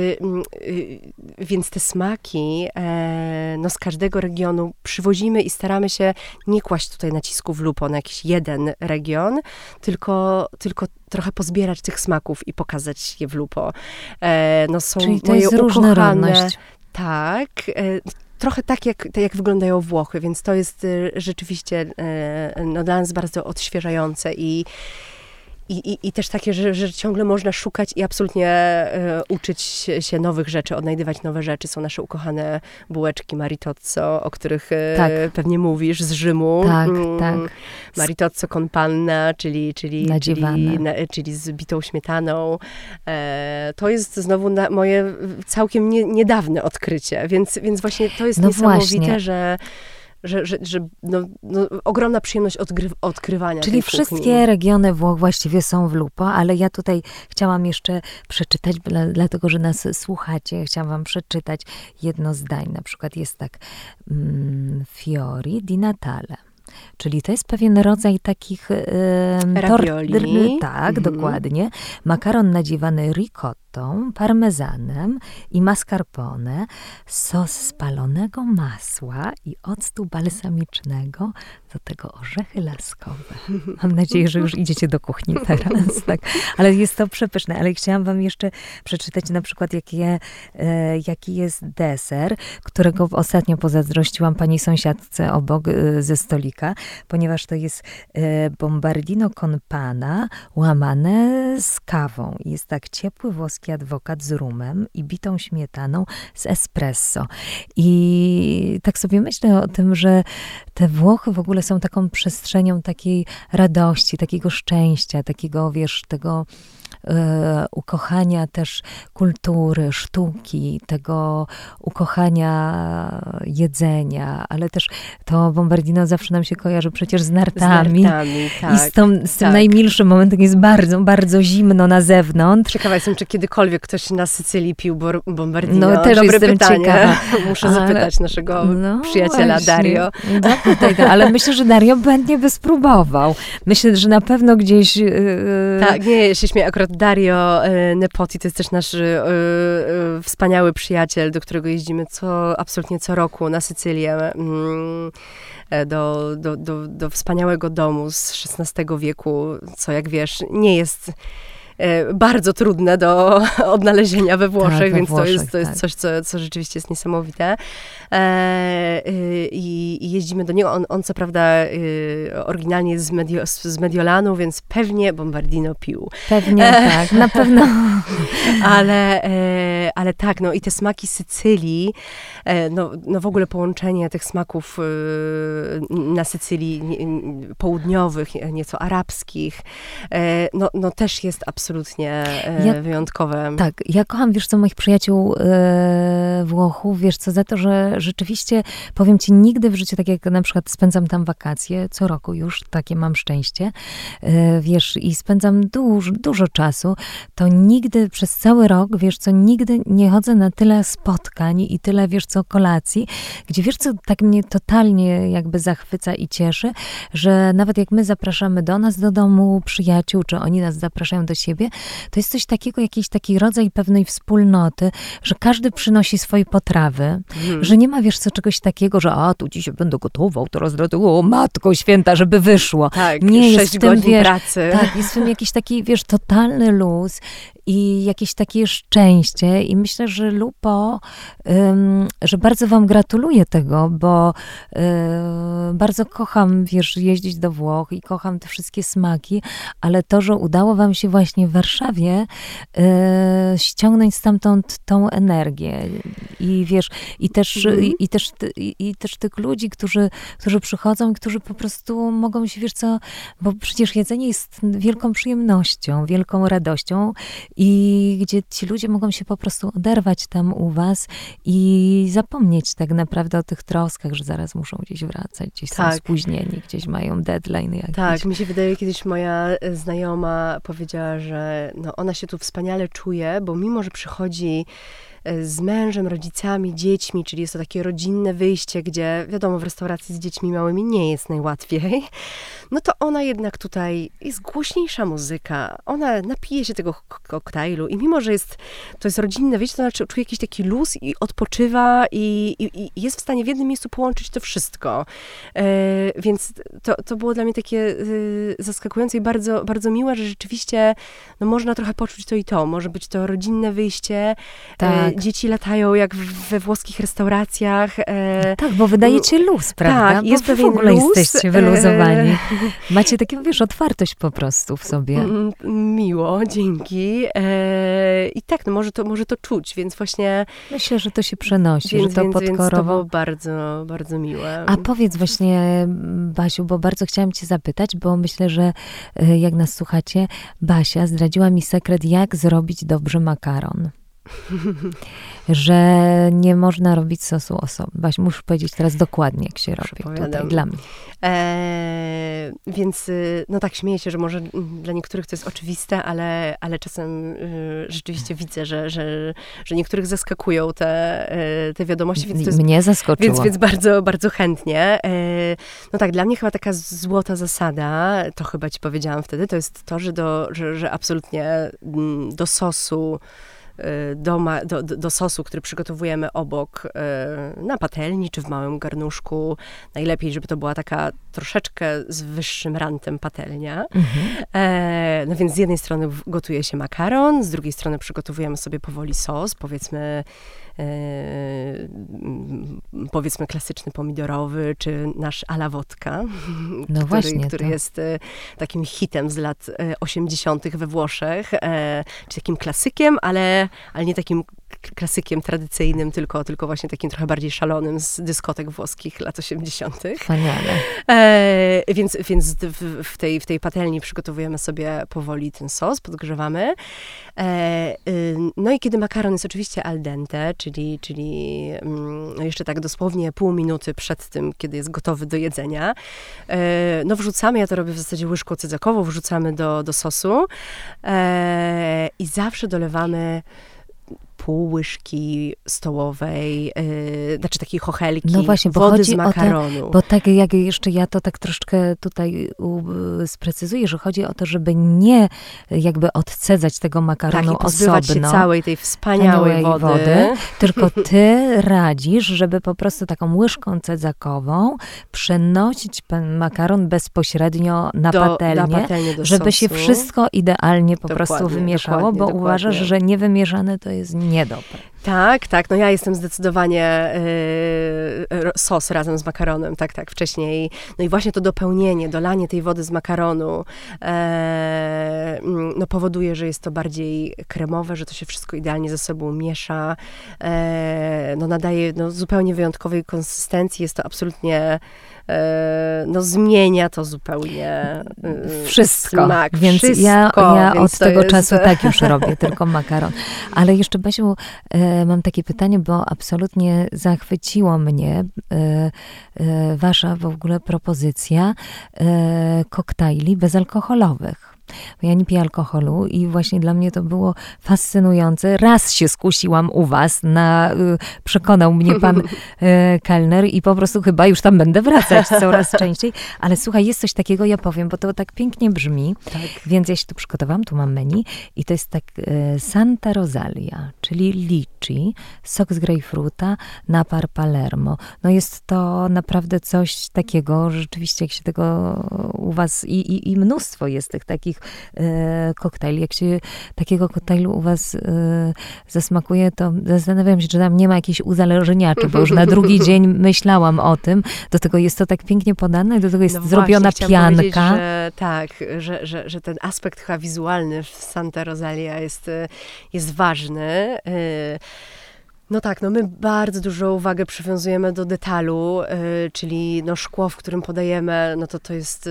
więc te smaki e, no z każdego regionu przywozimy i staramy się nie kłaść tutaj nacisku w lupo na jakiś jeden region, tylko, tylko trochę pozbierać tych smaków i pokazać je w lupo. E, no są Czyli to moje jest ukochane, różnorodność. Tak. E, trochę tak jak, tak, jak wyglądają Włochy, więc to jest e, rzeczywiście e, no, dla nas bardzo odświeżające i I, i, I też takie, że, że ciągle można szukać i absolutnie e, uczyć się nowych rzeczy, odnajdywać nowe rzeczy. Są nasze ukochane bułeczki Maritozzo, o których e, tak. pewnie mówisz, z Rzymu. Tak, mm, tak. Maritozzo con panna, czyli, czyli, czyli, na, czyli z bitą śmietaną. E, to jest znowu na, moje całkiem nie, niedawne odkrycie, więc, więc właśnie to jest no niesamowite, właśnie. że Że, że, że no, no, ogromna przyjemność odgry, odkrywania Czyli tej wszystkie kuchni. regiony Włoch właściwie są w lupo, ale ja tutaj chciałam jeszcze przeczytać, dla, dlatego że nas słuchacie, chciałam wam przeczytać jedno zdań. Na przykład jest tak, mm, Fiori di Natale. Czyli to jest pewien rodzaj takich e, ravioli. Tak, mhm. dokładnie. Makaron nadziewany ricottą, parmezanem i mascarpone, sos spalonego masła i octu balsamicznego, do tego orzechy laskowe. Mam nadzieję, że już idziecie do kuchni teraz, tak. Ale jest to przepyszne. Ale chciałam wam jeszcze przeczytać na przykład, jakie, e, jaki jest deser, którego ostatnio pozazdrościłam pani sąsiadce obok e, ze stolika, ponieważ to jest e, bombardino con pana łamane z kawą. Jest tak ciepły włoski adwokat z rumem i bitą śmietaną z espresso. I tak sobie myślę o tym, że te Włochy w ogóle są taką przestrzenią takiej radości, takiego szczęścia, takiego, wiesz, tego e, ukochania też kultury, sztuki, tego ukochania jedzenia, ale też to bombardino zawsze nam się kojarzy przecież z nartami. Z nartami, tak. I z, tą, z tym tak. najmilszym momentem jest bardzo, bardzo zimno na zewnątrz. Ciekawa jestem, czy kiedykolwiek ktoś na Sycylii pił bor- bombardino. No też Dobre jestem pytanie. ciekawa. Muszę Ale, zapytać naszego no przyjaciela właśnie. Dario. No, tego, ale myślę, że Dario chętnie by spróbował. Myślę, że na pewno gdzieś... Yy... Tak, nie, ja się śmieję. Akurat Dario e, Nepoti to jest też nasz e, e, wspaniały przyjaciel, do którego jeździmy co, absolutnie co roku na Sycylię. Mm, do, do, do, do wspaniałego domu z szesnastego wieku, co jak wiesz, nie jest bardzo trudne do odnalezienia we Włoszech, tak, we więc Włoszech, to jest, to jest tak. coś, co, co rzeczywiście jest niesamowite. E, i, I jeździmy do niego. On, on co prawda oryginalnie jest z, Medio, z Mediolanu, więc pewnie bombardino pił. Pewnie e, tak, na pewno. ale, e, ale tak, no i te smaki Sycylii, e, no, no w ogóle połączenie tych smaków e, na Sycylii nie, południowych, nieco arabskich, e, no, no też jest absolutnie absolutnie e, ja, wyjątkowe. Tak, ja kocham, wiesz co, moich przyjaciół e, Włochów, wiesz co, za to, że rzeczywiście, powiem ci, nigdy w życiu, tak jak na przykład spędzam tam wakacje, co roku już, takie mam szczęście, e, wiesz, i spędzam dużo, dużo czasu, to nigdy przez cały rok, wiesz co, nigdy nie chodzę na tyle spotkań i tyle, wiesz co, kolacji, gdzie, wiesz co, tak mnie totalnie jakby zachwyca i cieszy, że nawet jak my zapraszamy do nas, do domu przyjaciół, czy oni nas zapraszają do siebie, siebie, to jest coś takiego, jakiś taki rodzaj pewnej wspólnoty, że każdy przynosi swoje potrawy, mhm. że nie ma, wiesz co, czegoś takiego, że a, tu dzisiaj będę gotował, teraz o matko święta, żeby wyszło. Tak, nie sześć jest w tym, godzin wiesz, pracy. Tak, jest w tym jakiś taki, wiesz, totalny luz i jakieś takie szczęście i myślę, że Lupo, um, że bardzo wam gratuluję tego, bo um, bardzo kocham, wiesz, jeździć do Włoch i kocham te wszystkie smaki, ale to, że udało wam się właśnie w Warszawie um, ściągnąć stamtąd tą energię i wiesz, i też, mm. i, i, też, i, i też tych ludzi, którzy, którzy przychodzą i którzy po prostu mogą się, wiesz co, bo przecież jedzenie jest wielką przyjemnością, wielką radością i gdzie ci ludzie mogą się po prostu oderwać tam u was i zapomnieć tak naprawdę o tych troskach, że zaraz muszą gdzieś wracać, gdzieś tak. są spóźnieni, gdzieś mają deadline jakiś. Tak, mi się wydaje, kiedyś moja znajoma powiedziała, że no ona się tu wspaniale czuje, bo mimo, że przychodzi z mężem, rodzicami, dziećmi, czyli jest to takie rodzinne wyjście, gdzie wiadomo, w restauracji z dziećmi małymi nie jest najłatwiej, no to ona jednak tutaj jest głośniejsza muzyka, ona napije się tego koktajlu i mimo, że jest, to jest rodzinne wyjście, to ona czuje jakiś taki luz i odpoczywa i, i, i jest w stanie w jednym miejscu połączyć to wszystko. E, więc to, to było dla mnie takie y, zaskakujące i bardzo, bardzo miłe, że rzeczywiście no, można trochę poczuć to i to. Może być to rodzinne wyjście, tak. Dzieci latają jak we włoskich restauracjach. E, tak, bo wydajecie luz, prawda? Tak, jest bo wy pewien w ogóle luz. Jesteście wyluzowani. E, Macie taką, wiesz, otwartość po prostu w sobie. Miło, dzięki. E, I tak, no może to, może to czuć, więc właśnie... Myślę, że to się przenosi, więc, że to więc, podkorowo. Więc to było bardzo, bardzo miłe. A powiedz właśnie, Basiu, bo bardzo chciałam cię zapytać, bo myślę, że jak nas słuchacie, Basia zdradziła mi sekret, jak zrobić dobrze makaron. Że nie można robić sosu osobno. Baś, muszę powiedzieć teraz dokładnie, jak się robi tutaj dla mnie. Eee, więc, no tak, śmieję się, że może dla niektórych to jest oczywiste, ale, ale czasem y, rzeczywiście widzę, że, że, że niektórych zaskakują te, y, te wiadomości. Więc to jest, mnie zaskoczyło. Więc, więc bardzo, bardzo chętnie. Eee, no tak, dla mnie chyba taka złota zasada, to chyba ci powiedziałam wtedy, to jest to, że, do, że, że absolutnie do sosu Do, ma, do, do sosu, który przygotowujemy obok na patelni czy w małym garnuszku. Najlepiej, żeby to była taka troszeczkę z wyższym rantem patelnia. Mhm. E, no więc z jednej strony gotuje się makaron, z drugiej strony przygotowujemy sobie powoli sos, powiedzmy e, powiedzmy klasyczny pomidorowy, czy nasz à la wodka, no który, właśnie, który to. jest e, takim hitem z lat osiemdziesiątych we Włoszech, e, czy takim klasykiem, ale ale nie takim klasykiem tradycyjnym, tylko, tylko właśnie takim trochę bardziej szalonym z dyskotek włoskich lat osiemdziesiątych. Wspaniale. E, więc więc w, w, tej, w tej patelni przygotowujemy sobie powoli ten sos, podgrzewamy. E, y, no i kiedy makaron jest oczywiście al dente, czyli, czyli mm, jeszcze tak dosłownie pół minuty przed tym, kiedy jest gotowy do jedzenia, e, no wrzucamy, ja to robię w zasadzie łyżką cydzakową, wrzucamy do, do sosu e, i zawsze dolewamy pół łyżki stołowej, yy, znaczy takiej chochelki, no właśnie, bo wody chodzi z makaronu. O te, bo tak jak jeszcze ja to tak troszeczkę tutaj u, sprecyzuję, że chodzi o to, żeby nie jakby odcedzać tego makaronu tak, i pozbywać osobno. się całej tej wspaniałej wody. wody. Tylko ty radzisz, żeby po prostu taką łyżką cedzakową przenosić ten makaron bezpośrednio na do, patelnię, na patelnię do żeby sosu. się wszystko idealnie po dokładnie, prostu wymieszało, dokładnie, bo dokładnie. uważasz, że niewymieszane to jest niedobre. Tak, tak. No ja jestem zdecydowanie yy, sos razem z makaronem, tak, tak, wcześniej. No i właśnie to dopełnienie, dolanie tej wody z makaronu e, no powoduje, że jest to bardziej kremowe, że to się wszystko idealnie ze sobą miesza. E, no nadaje no, zupełnie wyjątkowej konsystencji. Jest to absolutnie no zmienia to zupełnie wszystko, smak, więc wszystko, ja, ja więc od tego jest... czasu tak już robię, tylko makaron. Ale jeszcze, Basiu, e, mam takie pytanie, bo absolutnie zachwyciło mnie e, e, wasza w ogóle propozycja e, koktajli bezalkoholowych. ja nie piję alkoholu i właśnie dla mnie to było fascynujące. Raz się skusiłam u was, na, y, przekonał mnie pan y, kelner i po prostu chyba już tam będę wracać coraz częściej. Ale słuchaj, jest coś takiego, ja powiem, bo to tak pięknie brzmi, Tak. więc ja się tu przygotowałam, tu mam menu i to jest tak y, Santa Rosalia, czyli liczy, sok z grejpfruta, napar Palermo. No jest to naprawdę coś takiego, że rzeczywiście jak się tego u was i, i, i mnóstwo jest tych takich e, koktajli. Jak się takiego koktajlu u was e, zasmakuje, to zastanawiam się, czy tam nie ma jakichś uzależniaczy, bo już na drugi dzień myślałam o tym. Do tego jest to tak pięknie podane, do tego jest No zrobiona właśnie, pianka. Że, tak, że, że, że ten aspekt chyba wizualny w Santa Rosalia jest, jest ważny. No tak, no my bardzo dużo uwagę przywiązujemy do detalu, y, czyli no szkło, w którym podajemy, no to to jest y,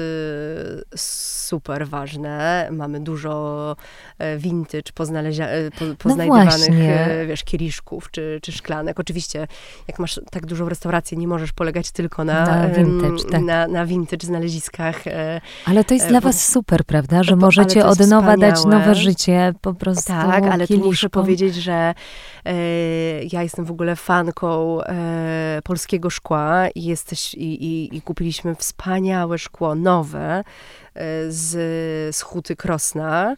super ważne. Mamy dużo y, vintage, poznalezia, y, po, poznajdywanych, no y, wiesz, kieliszków czy, czy szklanek. Oczywiście, jak masz tak dużą restaurację, nie możesz polegać tylko na, na vintage, y, tak. na, na vintage znaleziskach. Y, ale to jest y, dla bo, was super, prawda? Że to, możecie od nowa wspaniałe. dać nowe życie po prostu Tak, ale tu muszę kieliszkom. powiedzieć, że y, ja jestem w ogóle fanką e, polskiego szkła i, jesteś, i, i, i kupiliśmy wspaniałe szkło, nowe, e, z, z Huty Krosna,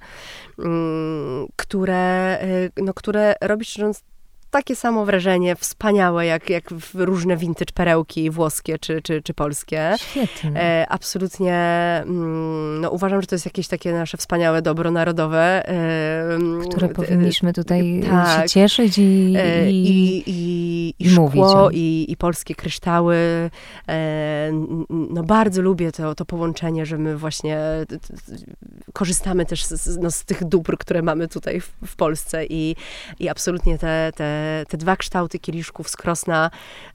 m, które, e, no, które robi szczerze mówiąc takie samo wrażenie, wspaniałe, jak, jak różne vintage perełki włoskie czy, czy, czy polskie. Świetnie. E, absolutnie, mm, no uważam, że to jest jakieś takie nasze wspaniałe dobro narodowe. E, które powinniśmy tutaj tak. się cieszyć i, e, i, i, i, i i szkło, mówić. i, i polskie kryształy. E, no bardzo lubię to, to połączenie, że my właśnie t, t, korzystamy też z, no, z tych dóbr, które mamy tutaj w, w Polsce i, i absolutnie te, te te dwa kształty kieliszków z Krosna,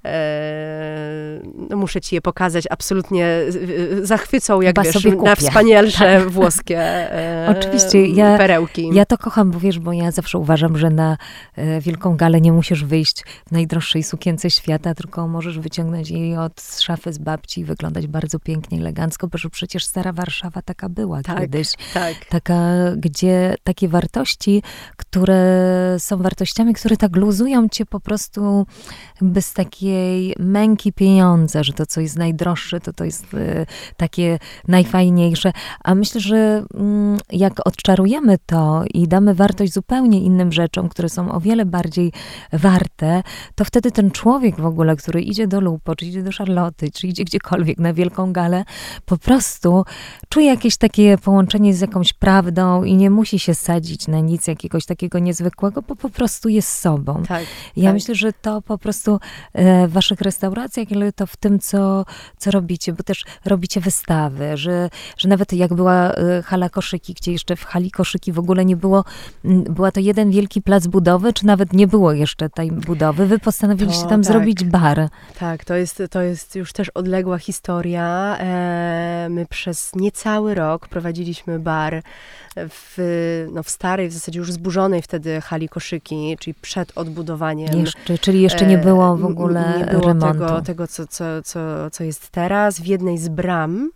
e, no muszę ci je pokazać, absolutnie zachwycą, jak Chyba wiesz, sobie na kupię. wspanialsze włoskie e, Oczywiście, ja, perełki. Ja to kocham, bo wiesz, bo ja zawsze uważam, że na e, Wielką Galę nie musisz wyjść w najdroższej sukience świata, tylko możesz wyciągnąć jej od szafy z babci i wyglądać bardzo pięknie, elegancko, bo że przecież stara Warszawa taka była tak, kiedyś. Tak. Taka, gdzie takie wartości, które są wartościami, które tak luzują cię po prostu bez takiej męki pieniądza, że to, co jest najdroższe, to to jest y, takie najfajniejsze. A myślę, że mm, jak odczarujemy to i damy wartość zupełnie innym rzeczom, które są o wiele bardziej warte, to wtedy ten człowiek w ogóle, który idzie do Lupo, czy idzie do Charloty, czy idzie gdziekolwiek na Wielką Galę, po prostu czuje jakieś takie połączenie z jakąś prawdą i nie musi się sadzić na nic jakiegoś takiego niezwykłego, bo po prostu jest sobą. Tak, ja tak. myślę, że to po prostu e, w waszych restauracjach, ale to w tym, co, co robicie, bo też robicie wystawy, że, że nawet jak była e, hala koszyki, gdzie jeszcze w hali koszyki w ogóle nie było, m, była to jeden wielki plac budowy, czy nawet nie było jeszcze tej budowy, wy postanowiliście To tam tak. zrobić bar. Tak, to jest, to jest już też odległa historia. E, my przez niecały rok prowadziliśmy bar w, no, w starej, w zasadzie już zburzonej wtedy hali koszyki, czyli przed odbudowaniem. Jeszcze, czyli jeszcze nie było w ogóle nie było remontu. tego, tego co, co, co, co jest teraz. W jednej z bram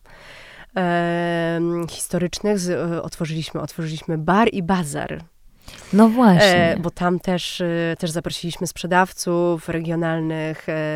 e, historycznych z, otworzyliśmy, otworzyliśmy bar i bazar. No właśnie. E, bo tam też, e, też zaprosiliśmy sprzedawców regionalnych, e,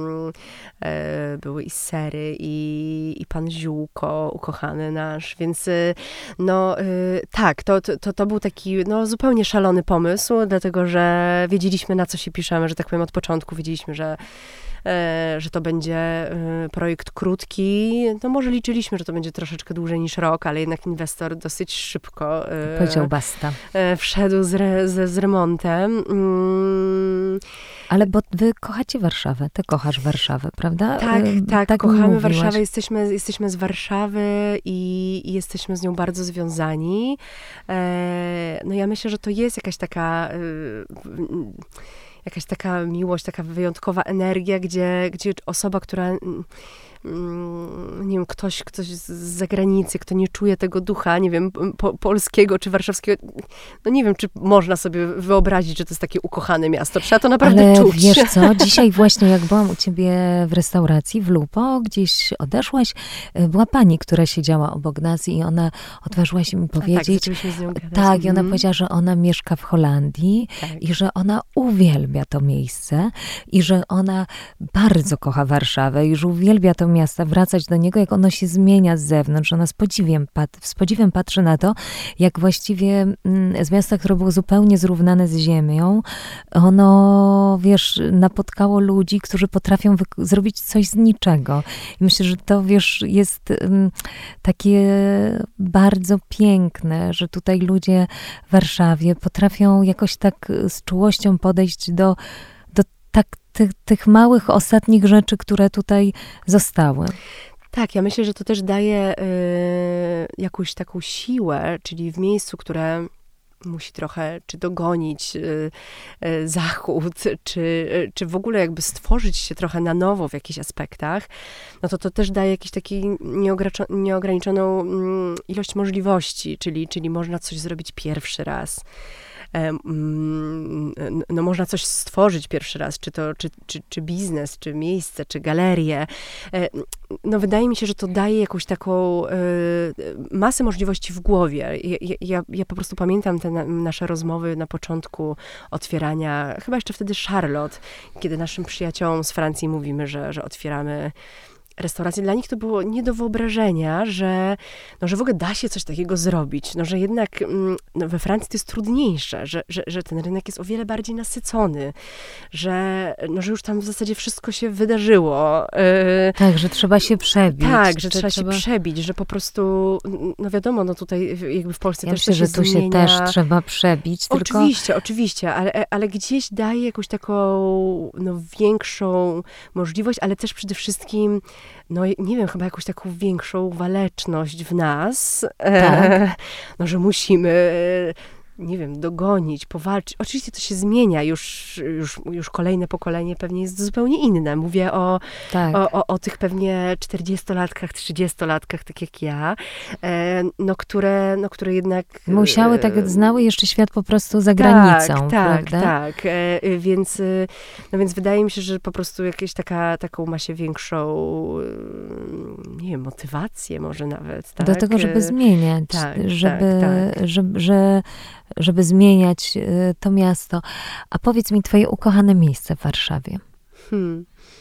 e, były i sery, i, i pan Ziółko, ukochany nasz, więc e, no e, tak, to, to, to był taki no, zupełnie szalony pomysł, dlatego że wiedzieliśmy, na co się piszemy, że tak powiem od początku, wiedzieliśmy, że że to będzie projekt krótki. No może liczyliśmy, że to będzie troszeczkę dłużej niż rok, ale jednak inwestor dosyć szybko powiedział basta. Wszedł z, re, z, z remontem. Mm. Ale bo wy kochacie Warszawę, ty kochasz Warszawę, prawda? Tak, tak, tak kochamy Warszawę, jesteśmy, jesteśmy z Warszawy i, i jesteśmy z nią bardzo związani. E, no ja myślę, że to jest jakaś taka... Y, jakaś taka miłość, taka wyjątkowa energia, gdzie, gdzie osoba, która nie wiem, ktoś, ktoś z zagranicy, kto nie czuje tego ducha, nie wiem, po, polskiego czy warszawskiego, no nie wiem, czy można sobie wyobrazić, że to jest takie ukochane miasto. Trzeba to naprawdę Ale czuć. wiesz co, dzisiaj właśnie jak byłam u ciebie w restauracji w Lupo, gdzieś odeszłaś, była pani, która siedziała obok nas i ona odważyła się mi powiedzieć, tak, z nią gadać. tak, i ona mm. powiedziała, że ona mieszka w Holandii Tak. i że ona uwielbia to miejsce i że ona bardzo kocha Warszawę i że uwielbia to miasto, wracać do niego, jak ono się zmienia z zewnątrz. Ona z podziwiem, pat, z podziwiem patrzy na to, jak właściwie mm, z miasta, które było zupełnie zrównane z ziemią, ono, wiesz, napotkało ludzi, którzy potrafią zrobić coś z niczego. I myślę, że to, wiesz, jest um, takie bardzo piękne, że tutaj ludzie w Warszawie potrafią jakoś tak z czułością podejść do, do tak, tych, tych małych, ostatnich rzeczy, które tutaj zostały. Tak, ja myślę, że to też daje y, jakąś taką siłę, czyli w miejscu, które musi trochę czy dogonić y, y, zachód, czy, y, czy w ogóle jakby stworzyć się trochę na nowo w jakichś aspektach, no to to też daje jakiś taki nieograniczoną mm, ilość możliwości, czyli, czyli można coś zrobić pierwszy raz. No można coś stworzyć pierwszy raz, czy to, czy, czy, czy biznes, czy miejsce, czy galerię. No wydaje mi się, że to daje jakąś taką masę możliwości w głowie. Ja, ja, ja po prostu pamiętam te nasze rozmowy na początku otwierania, chyba jeszcze wtedy Charlotte, kiedy naszym przyjaciołom z Francji mówimy, że, że otwieramy restauracje. Dla nich to było nie do wyobrażenia, że, no, że w ogóle da się coś takiego zrobić. No, że jednak no, we Francji to jest trudniejsze, że, że, że ten rynek jest o wiele bardziej nasycony, że, no, że już tam w zasadzie wszystko się wydarzyło. Tak, że trzeba się przebić. Tak, że trzeba, trzeba się przebić, że po prostu, no wiadomo, no tutaj jakby w Polsce ja też myślę, to się że tu zmienia. się też trzeba przebić. Tylko... Oczywiście, oczywiście, ale, ale gdzieś daje jakąś taką no, większą możliwość, ale też przede wszystkim no nie wiem, chyba jakąś taką większą waleczność w nas, tak. e, no, że musimy, nie wiem, dogonić, powalczyć. Oczywiście to się zmienia, już, już, już kolejne pokolenie pewnie jest zupełnie inne. Mówię o, tak. o, o, o tych pewnie czterdziestolatkach, trzydziestolatkach, tak jak ja, e, no, które, no, które jednak... Musiały, tak znały jeszcze świat po prostu za granicą, tak, prawda? Tak, tak. E, więc, no więc wydaje mi się, że po prostu jakaś taka, taką ma się większą, nie wiem, motywację może nawet. Tak? Do tego, żeby zmieniać, tak, żeby, tak, tak. Żeby, że, żeby zmieniać to miasto. A powiedz mi, twoje ukochane miejsce w Warszawie. Hmm.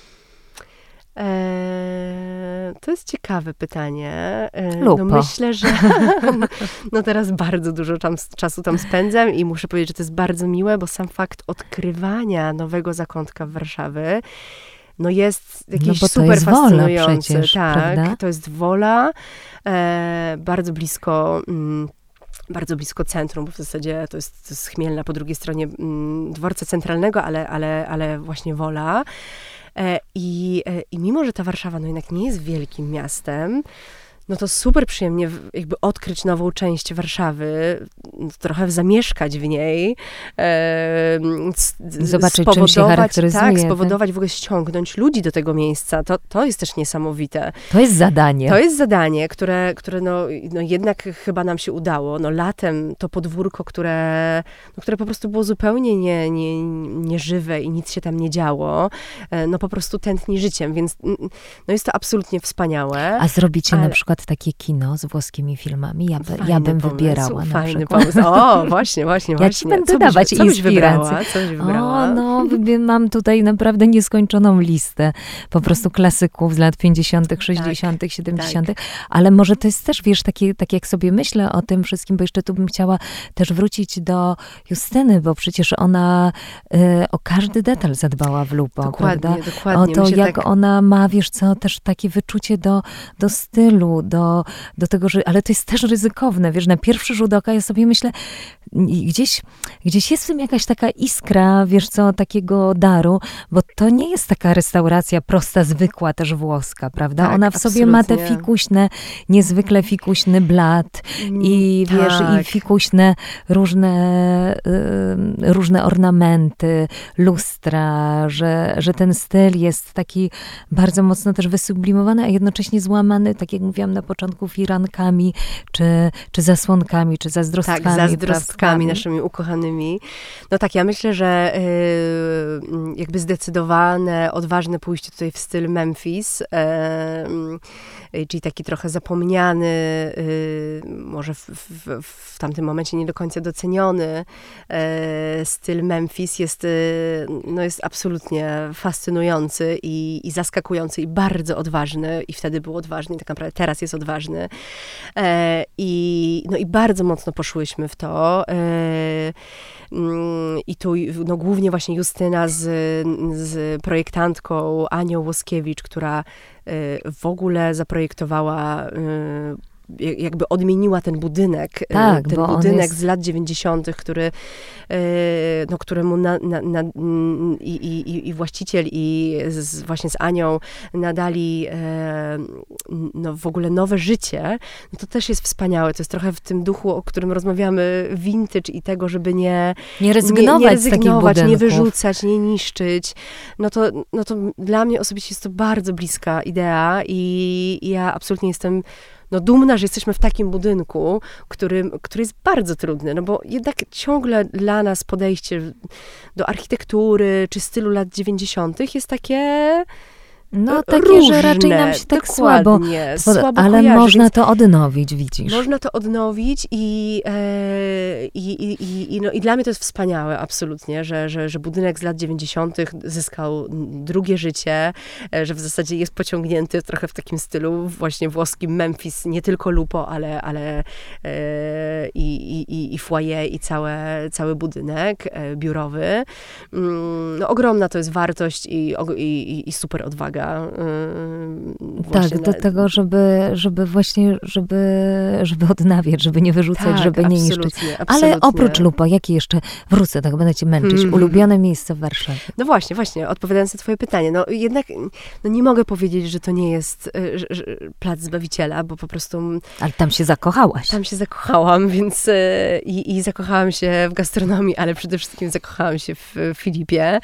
Eee, to jest ciekawe pytanie. Eee, Lupo. No myślę, że no teraz bardzo dużo tam, czasu tam spędzam i muszę powiedzieć, że to jest bardzo miłe, bo sam fakt odkrywania nowego zakątka w Warszawie no jest jakiś no bo to super jest fascynujący. Wola przecież, tak, prawda? To jest Wola, e, bardzo blisko... Mm, bardzo blisko centrum, bo w zasadzie to jest, to jest Chmielna po drugiej stronie mm, dworca centralnego, ale, ale, ale właśnie Wola. E, i, e, I mimo, że ta Warszawa no jednak nie jest wielkim miastem, no to super przyjemnie jakby odkryć nową część Warszawy, trochę zamieszkać w niej, e, zobaczyć, czym się charakteryzuje. Tak, spowodować, w ogóle ściągnąć ludzi do tego miejsca. To, to jest też niesamowite. To jest zadanie. To jest zadanie, które, które no, no jednak chyba nam się udało. No latem to podwórko, które, no, które po prostu było zupełnie nie, nie, nieżywe i nic się tam nie działo, no po prostu tętni życiem, więc no jest to absolutnie wspaniałe. A zrobicie ale... na przykład takie kino z włoskimi filmami? Ja, by, ja bym pomysł, wybierała fajny na przykład. Pomysł. O, właśnie, właśnie, ja właśnie. ci będę co dawać byś, co byś inspirację. wybrała? Co byś wybrała? O, no, mam tutaj naprawdę nieskończoną listę po prostu klasyków z lat pięćdziesiątych, sześćdziesiątych, siedemdziesiątych, tak. Ale może to jest też, wiesz, takie, tak jak sobie myślę o tym wszystkim, bo jeszcze tu bym chciała też wrócić do Justyny, bo przecież ona y, o każdy detal zadbała w Lupo, dokładnie, prawda? Dokładnie. O to, Myślę, jak tak... ona ma, wiesz co, też takie wyczucie do, do stylu, do, do tego, że, ale to jest też ryzykowne, wiesz, na pierwszy rzut oka ja sobie myślę, myślę, gdzieś, gdzieś jest w tym jakaś taka iskra, wiesz co, takiego daru, bo to nie jest taka restauracja prosta, zwykła, też włoska, prawda? Tak, ona w sobie absolutnie. ma te fikuśne, niezwykle fikuśny blat i tak. wiesz, i fikuśne różne, y, różne ornamenty, lustra, że, że ten styl jest taki bardzo mocno też wysublimowany, a jednocześnie złamany, tak jak mówiłam na początku, firankami, czy, czy zasłonkami, czy zazdrostkami. Tak, zazdrostkami naszymi ukochanymi. No tak, ja myślę, że y, jakby zdecydowane, odważne pójście tutaj w styl Memphis, y, y, czyli taki trochę zapomniany, y, może w, w, w tamtym momencie nie do końca doceniony y, styl Memphis jest, y, no jest absolutnie fascynujący i, i zaskakujący i bardzo odważny i wtedy był odważny i tak naprawdę teraz jest odważny. E, i, no i bardzo mocno poszłyśmy w to. E, I tu no, głównie właśnie Justyna z, z projektantką Anią Łoskiewicz, która e, w ogóle zaprojektowała e, jakby odmieniła ten budynek, tak, ten budynek jest... z lat dziewięćdziesiątych, który, no, któremu na, na, na, i, i, i właściciel i z, właśnie z Anią nadali no, w ogóle nowe życie, no to też jest wspaniałe. To jest trochę w tym duchu, o którym rozmawiamy, vintage i tego, żeby nie, nie rezygnować, nie, nie, rezygnować z takich nie wyrzucać, nie niszczyć. No to, no to dla mnie osobiście jest to bardzo bliska idea i, i ja absolutnie jestem no dumna, że jesteśmy w takim budynku, który, który jest bardzo trudny, no bo jednak ciągle dla nas podejście do architektury czy stylu lat dziewięćdziesiątych jest takie no takie, różne, że raczej nam się tak słabo, słabo ale kojarzy, można to odnowić, widzisz. Można to odnowić i, e, i, i, i, i, no, i dla mnie to jest wspaniałe absolutnie, że, że, że budynek z lat dziewięćdziesiątych zyskał drugie życie, e, że w zasadzie jest pociągnięty trochę w takim stylu właśnie włoskim Memphis, nie tylko Lupo, ale, ale e, i, i, i foyer i całe, cały budynek e, biurowy. Mm, no, ogromna to jest wartość i, i, i super odwaga. Tak, do na... tego, żeby, żeby właśnie, żeby, żeby odnawiać, żeby nie wyrzucać, tak, żeby nie niszczyć. Absolutnie. Ale oprócz Lupa, jakie jeszcze, wrócę, tak będę cię męczyć, hmm. ulubione miejsce w Warszawie? No właśnie, właśnie, odpowiadając na twoje pytanie, no jednak no nie mogę powiedzieć, że to nie jest że, że Plac Zbawiciela, bo po prostu... Ale tam się zakochałaś. Tam się zakochałam, więc i, i zakochałam się w gastronomii, ale przede wszystkim zakochałam się w Filipie,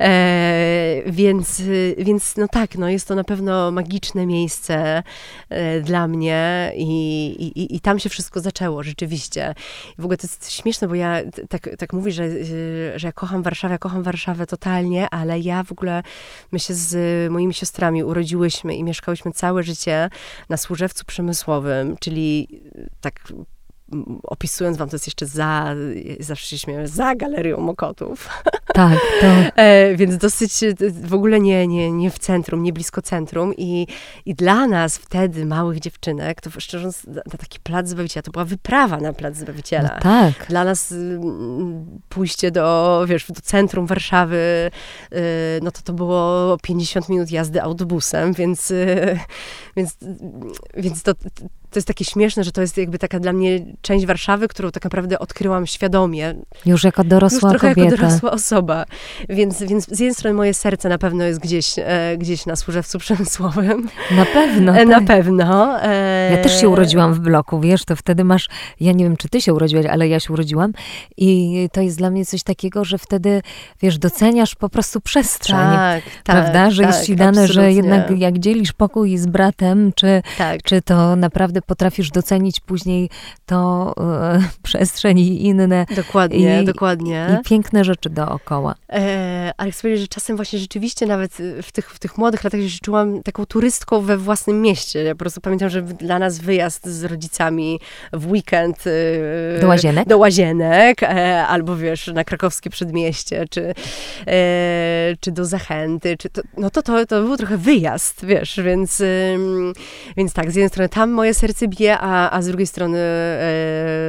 e, więc, więc no tak, no jest to na pewno magiczne miejsce e, dla mnie i, i, i tam się wszystko zaczęło, rzeczywiście. W ogóle to jest śmieszne, bo ja t- tak, tak mówię, że, że ja kocham Warszawę, ja kocham Warszawę totalnie, ale ja w ogóle, my się z moimi siostrami urodziłyśmy i mieszkałyśmy całe życie na Służewcu Przemysłowym, czyli tak opisując wam, to jest jeszcze za, zawsze się śmieję, za Galerią Mokotów. Tak, to... e, więc dosyć w ogóle nie, nie, nie w centrum, nie blisko centrum i, i dla nas wtedy, małych dziewczynek, to szczerze mówiąc, na taki Plac Zbawiciela, to była wyprawa na Plac Zbawiciela. No tak. Dla nas y, pójście do, wiesz, do centrum Warszawy, y, no to to było pięćdziesiąt minut jazdy autobusem, więc, y, więc, więc to to jest takie śmieszne, że to jest jakby taka dla mnie część Warszawy, którą tak naprawdę odkryłam świadomie. Już jako dorosła Już trochę kobieta. jako dorosła osoba. Więc, więc z jednej strony moje serce na pewno jest gdzieś, e, gdzieś na Służewcu Przemysłowym. Na pewno, e, Na tak. pewno. E... Ja też się urodziłam w bloku, wiesz, to wtedy masz, ja nie wiem, czy ty się urodziłaś, ale ja się urodziłam i to jest dla mnie coś takiego, że wtedy, wiesz, doceniasz po prostu przestrzeń. Tak, prawda? Tak, że tak, jest ci dane, absolutnie. że jednak jak dzielisz pokój z bratem, czy, tak. czy to naprawdę potrafisz docenić później to e, przestrzeń i inne. Dokładnie, i, dokładnie. I piękne rzeczy dookoła. E, ale chcę powiedzieć, że czasem właśnie rzeczywiście nawet w tych, w tych młodych latach się czułam taką turystką we własnym mieście. Ja po prostu pamiętam, że dla nas wyjazd z rodzicami w weekend e, do Łazienek, do Łazienek e, albo wiesz, na krakowskie przedmieście, czy, e, czy do Zachęty, czy to, no to, to, to był trochę wyjazd, wiesz, więc, e, więc tak, z jednej strony tam moje serce bije, a, a z drugiej strony e, na pewno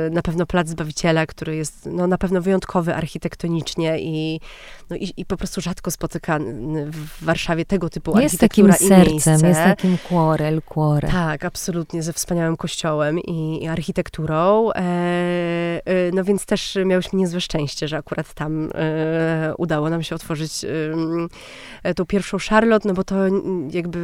Plac Zbawiciela, który jest no, na pewno wyjątkowy architektonicznie i, no, i, i po prostu rzadko spotykany w Warszawie tego typu jest architektura takim i sercem, miejsce. jest takim cuore, el cuore. Tak, absolutnie, ze wspaniałym kościołem i, i architekturą. E, e, no więc też miałyśmy niezłe szczęście, że akurat tam e, udało nam się otworzyć e, tą pierwszą Charlotte, no bo to jakby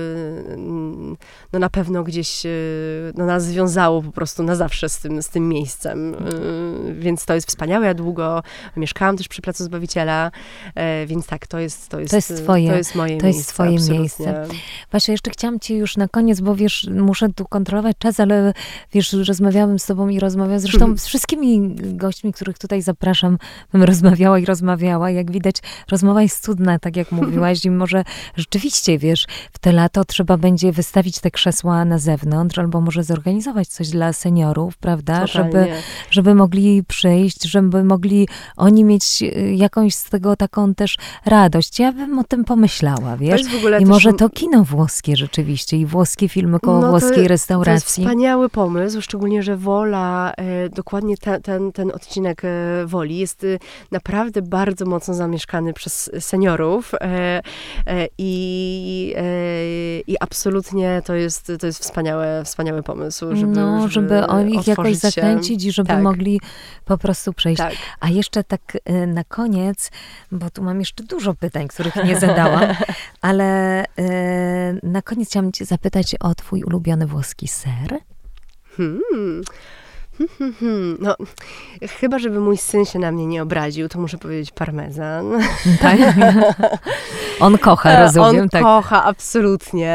no na pewno gdzieś no nas związało po prostu na zawsze z tym, z tym miejscem. E, więc to jest wspaniałe. Ja długo mieszkałam też przy Placu Zbawiciela, e, więc tak, to jest to jest, to jest, twoje, to jest moje to miejsce. Jest twoje absolutnie. miejsce. Basia, jeszcze chciałam ci już na koniec, bo wiesz, muszę tu kontrolować czas, ale wiesz, rozmawiałam z tobą i rozmawiałam, zresztą mm. z wszystkimi gośćmi, których tutaj zapraszam, bym rozmawiała i rozmawiała. Jak widać, rozmowa jest cudna, tak jak mówiłaś i może rzeczywiście, wiesz, w te lato trzeba będzie wystawić te krzesła na zewnątrz, albo może zorganizować coś dla seniorów, prawda? Żeby, żeby mogli przyjść, żeby mogli oni mieć jakąś z tego taką też radość. Ja bym o tym pomyślała, wiesz? I może to kino włoskie rzeczywiście i włoskie filmy koło no włoskiej to, restauracji. To jest wspaniały pomysł, szczególnie, że Wola, e, dokładnie te, ten, ten odcinek e, Woli jest e, naprawdę bardzo mocno zamieszkany przez seniorów e, e, i, e, i absolutnie to jest, to jest wspaniałe, wspaniały pomysł, żeby, no, żeby, żeby on ich jakoś się. zachęcić i żeby tak. mogli po prostu przejść. Tak. A jeszcze tak e, na koniec, bo tu mam jeszcze dużo pytań, których nie zadałam, ale e, na koniec chciałam cię zapytać o twój ulubiony włoski ser. Hmm. Hmm, hmm, hmm. No, chyba, żeby mój syn się na mnie nie obraził, to muszę powiedzieć parmezan. Tak? On kocha, rozumiem. On tak. kocha, absolutnie.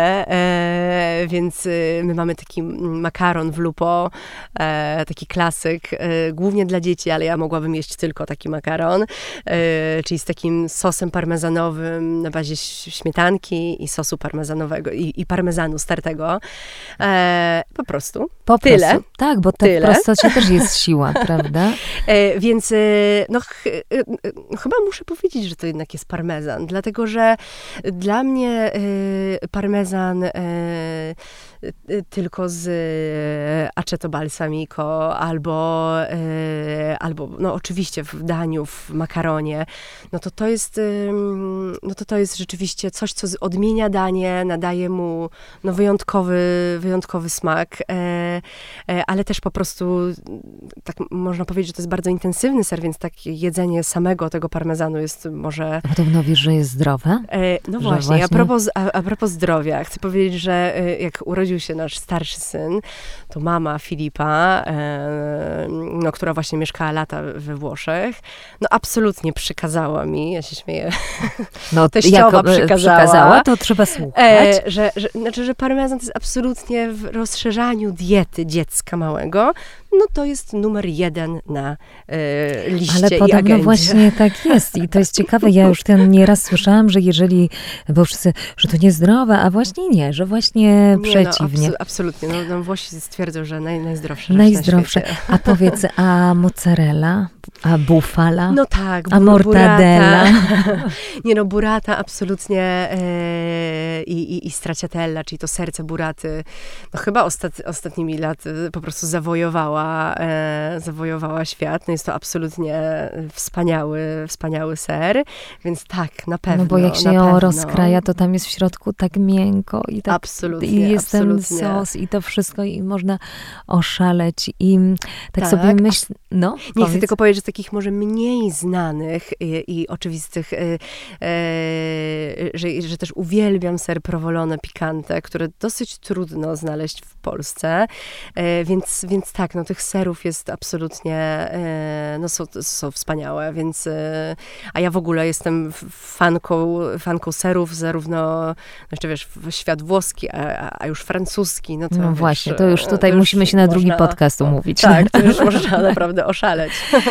E, więc y, my mamy taki makaron w lupo, e, taki klasyk, e, głównie dla dzieci, ale ja mogłabym jeść tylko taki makaron, e, czyli z takim sosem parmezanowym na bazie śmietanki i sosu parmezanowego i, i parmezanu startego. E, po prostu. Po Tyle. Prostu. Tak, bo to Tyle. w prostocie też jest siła, prawda? E, więc e, no, ch, e, chyba muszę powiedzieć, że to jednak jest parmezan, dlatego że dla mnie e, parmezan e, e, tylko z aceto balsamico albo, e, albo no oczywiście w daniu, w makaronie, no to to jest, e, no to to jest rzeczywiście coś, co odmienia danie, nadaje mu no, wyjątkowy, wyjątkowy smak, e, e, ale też po prostu tak można powiedzieć, że to jest bardzo intensywny ser, więc takie jedzenie samego tego parmezanu jest może... A podobno wiesz, że jest zdrowe? E, no właśnie, właśnie... A, propos, a, a propos zdrowia, chcę powiedzieć, że e, jak urodził się nasz starszy syn, to mama Filipa, e, no, która właśnie mieszkała lata we Włoszech, no absolutnie przykazała mi, ja się śmieję, no, teściowa przykazała, przykazała, to trzeba słuchać. E, że, że, znaczy, że parmezan to jest absolutnie w rozszerzaniu diety dziecka małego, no to jest numer jeden na e, liście Ale podobno i agendzie. właśnie tak jest i to jest ciekawe. Ja już ten nieraz słyszałam, że jeżeli, bo wszyscy, że to niezdrowe, a właśnie nie, że właśnie nie, przeciwnie. No, absu- absolutnie. No, no Włosi stwierdzą, że naj, najzdrowsze Najzdrowsze. Na a powiedz, a mozzarella, a bufala? No tak. A mortadella? Nie no, burrata absolutnie e, i, i, i stracciatella, czyli to serce buraty, no chyba ostat, ostatnimi lat po prostu zawojowała E, zawojowała świat. No jest to absolutnie wspaniały, wspaniały ser, więc tak, na pewno. No bo jak się ją rozkraja, to tam jest w środku tak miękko i tak absolutnie, i jest absolutnie. ten sos i to wszystko i można oszaleć i tak, tak. sobie myślę, no Nie powiedz. chcę tylko powiedzieć, że z takich może mniej znanych i, i oczywistych, e, e, że, że też uwielbiam ser provolone picante, które dosyć trudno znaleźć w Polsce, e, więc, więc tak, no tych serów jest absolutnie, e, no są, są wspaniałe, więc, e, a ja w ogóle jestem fanką, fanką serów, zarówno, jeszcze wiesz, świat włoski, a, a już francuski, no to No wiesz, właśnie, to już tutaj to musimy już się na drugi można, podcast umówić. Tak, to już można naprawdę oszaleć.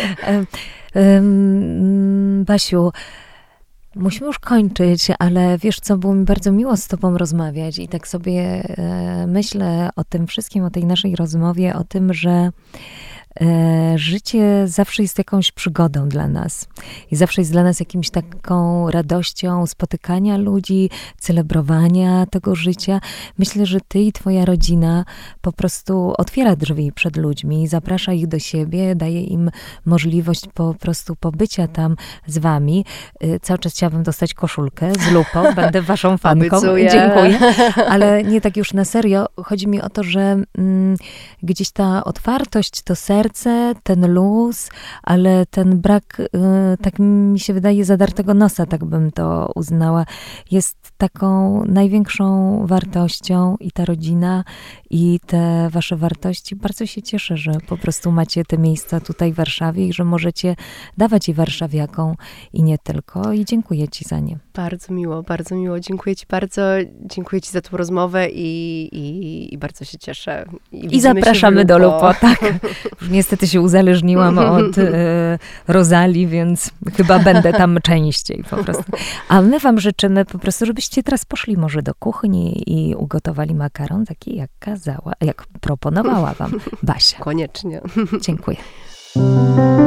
Basiu, musimy już kończyć, ale wiesz co, było mi bardzo miło z tobą rozmawiać i tak sobie e, myślę o tym wszystkim, o tej naszej rozmowie, o tym, że e, życie zawsze jest jakąś przygodą dla nas. I zawsze jest dla nas jakimś taką radością spotykania ludzi, celebrowania tego życia. Myślę, że ty i twoja rodzina po prostu otwiera drzwi przed ludźmi, zaprasza ich do siebie, daje im możliwość po prostu pobycia tam z wami. E, cały czas chciałabym dostać koszulkę z lupą, będę waszą fanką. Obiecuję. Dziękuję. Ale nie tak już na serio. Chodzi mi o to, że mm, gdzieś ta otwartość, to serce, ten luz, ale ten brak, y, tak mi się wydaje, zadartego nosa, tak bym to uznała, jest taką największą wartością i ta rodzina, i te wasze wartości. Bardzo się cieszę, że po prostu macie te miejsca tutaj w Warszawie i że możecie dawać je warszawiakom i nie tylko. I dziękuję ci za nie. Bardzo miło, bardzo miło. Dziękuję ci bardzo. Dziękuję ci za tą rozmowę i, i, i bardzo się cieszę. I, I zapraszamy do Lupo, tak. Już niestety się uzależniłam od e, Rozali, więc chyba będę tam częściej po prostu. A my wam życzymy po prostu, żebyście teraz poszli może do kuchni i ugotowali makaron taki, jak kazała, jak proponowała wam Basia. Koniecznie. Dziękuję.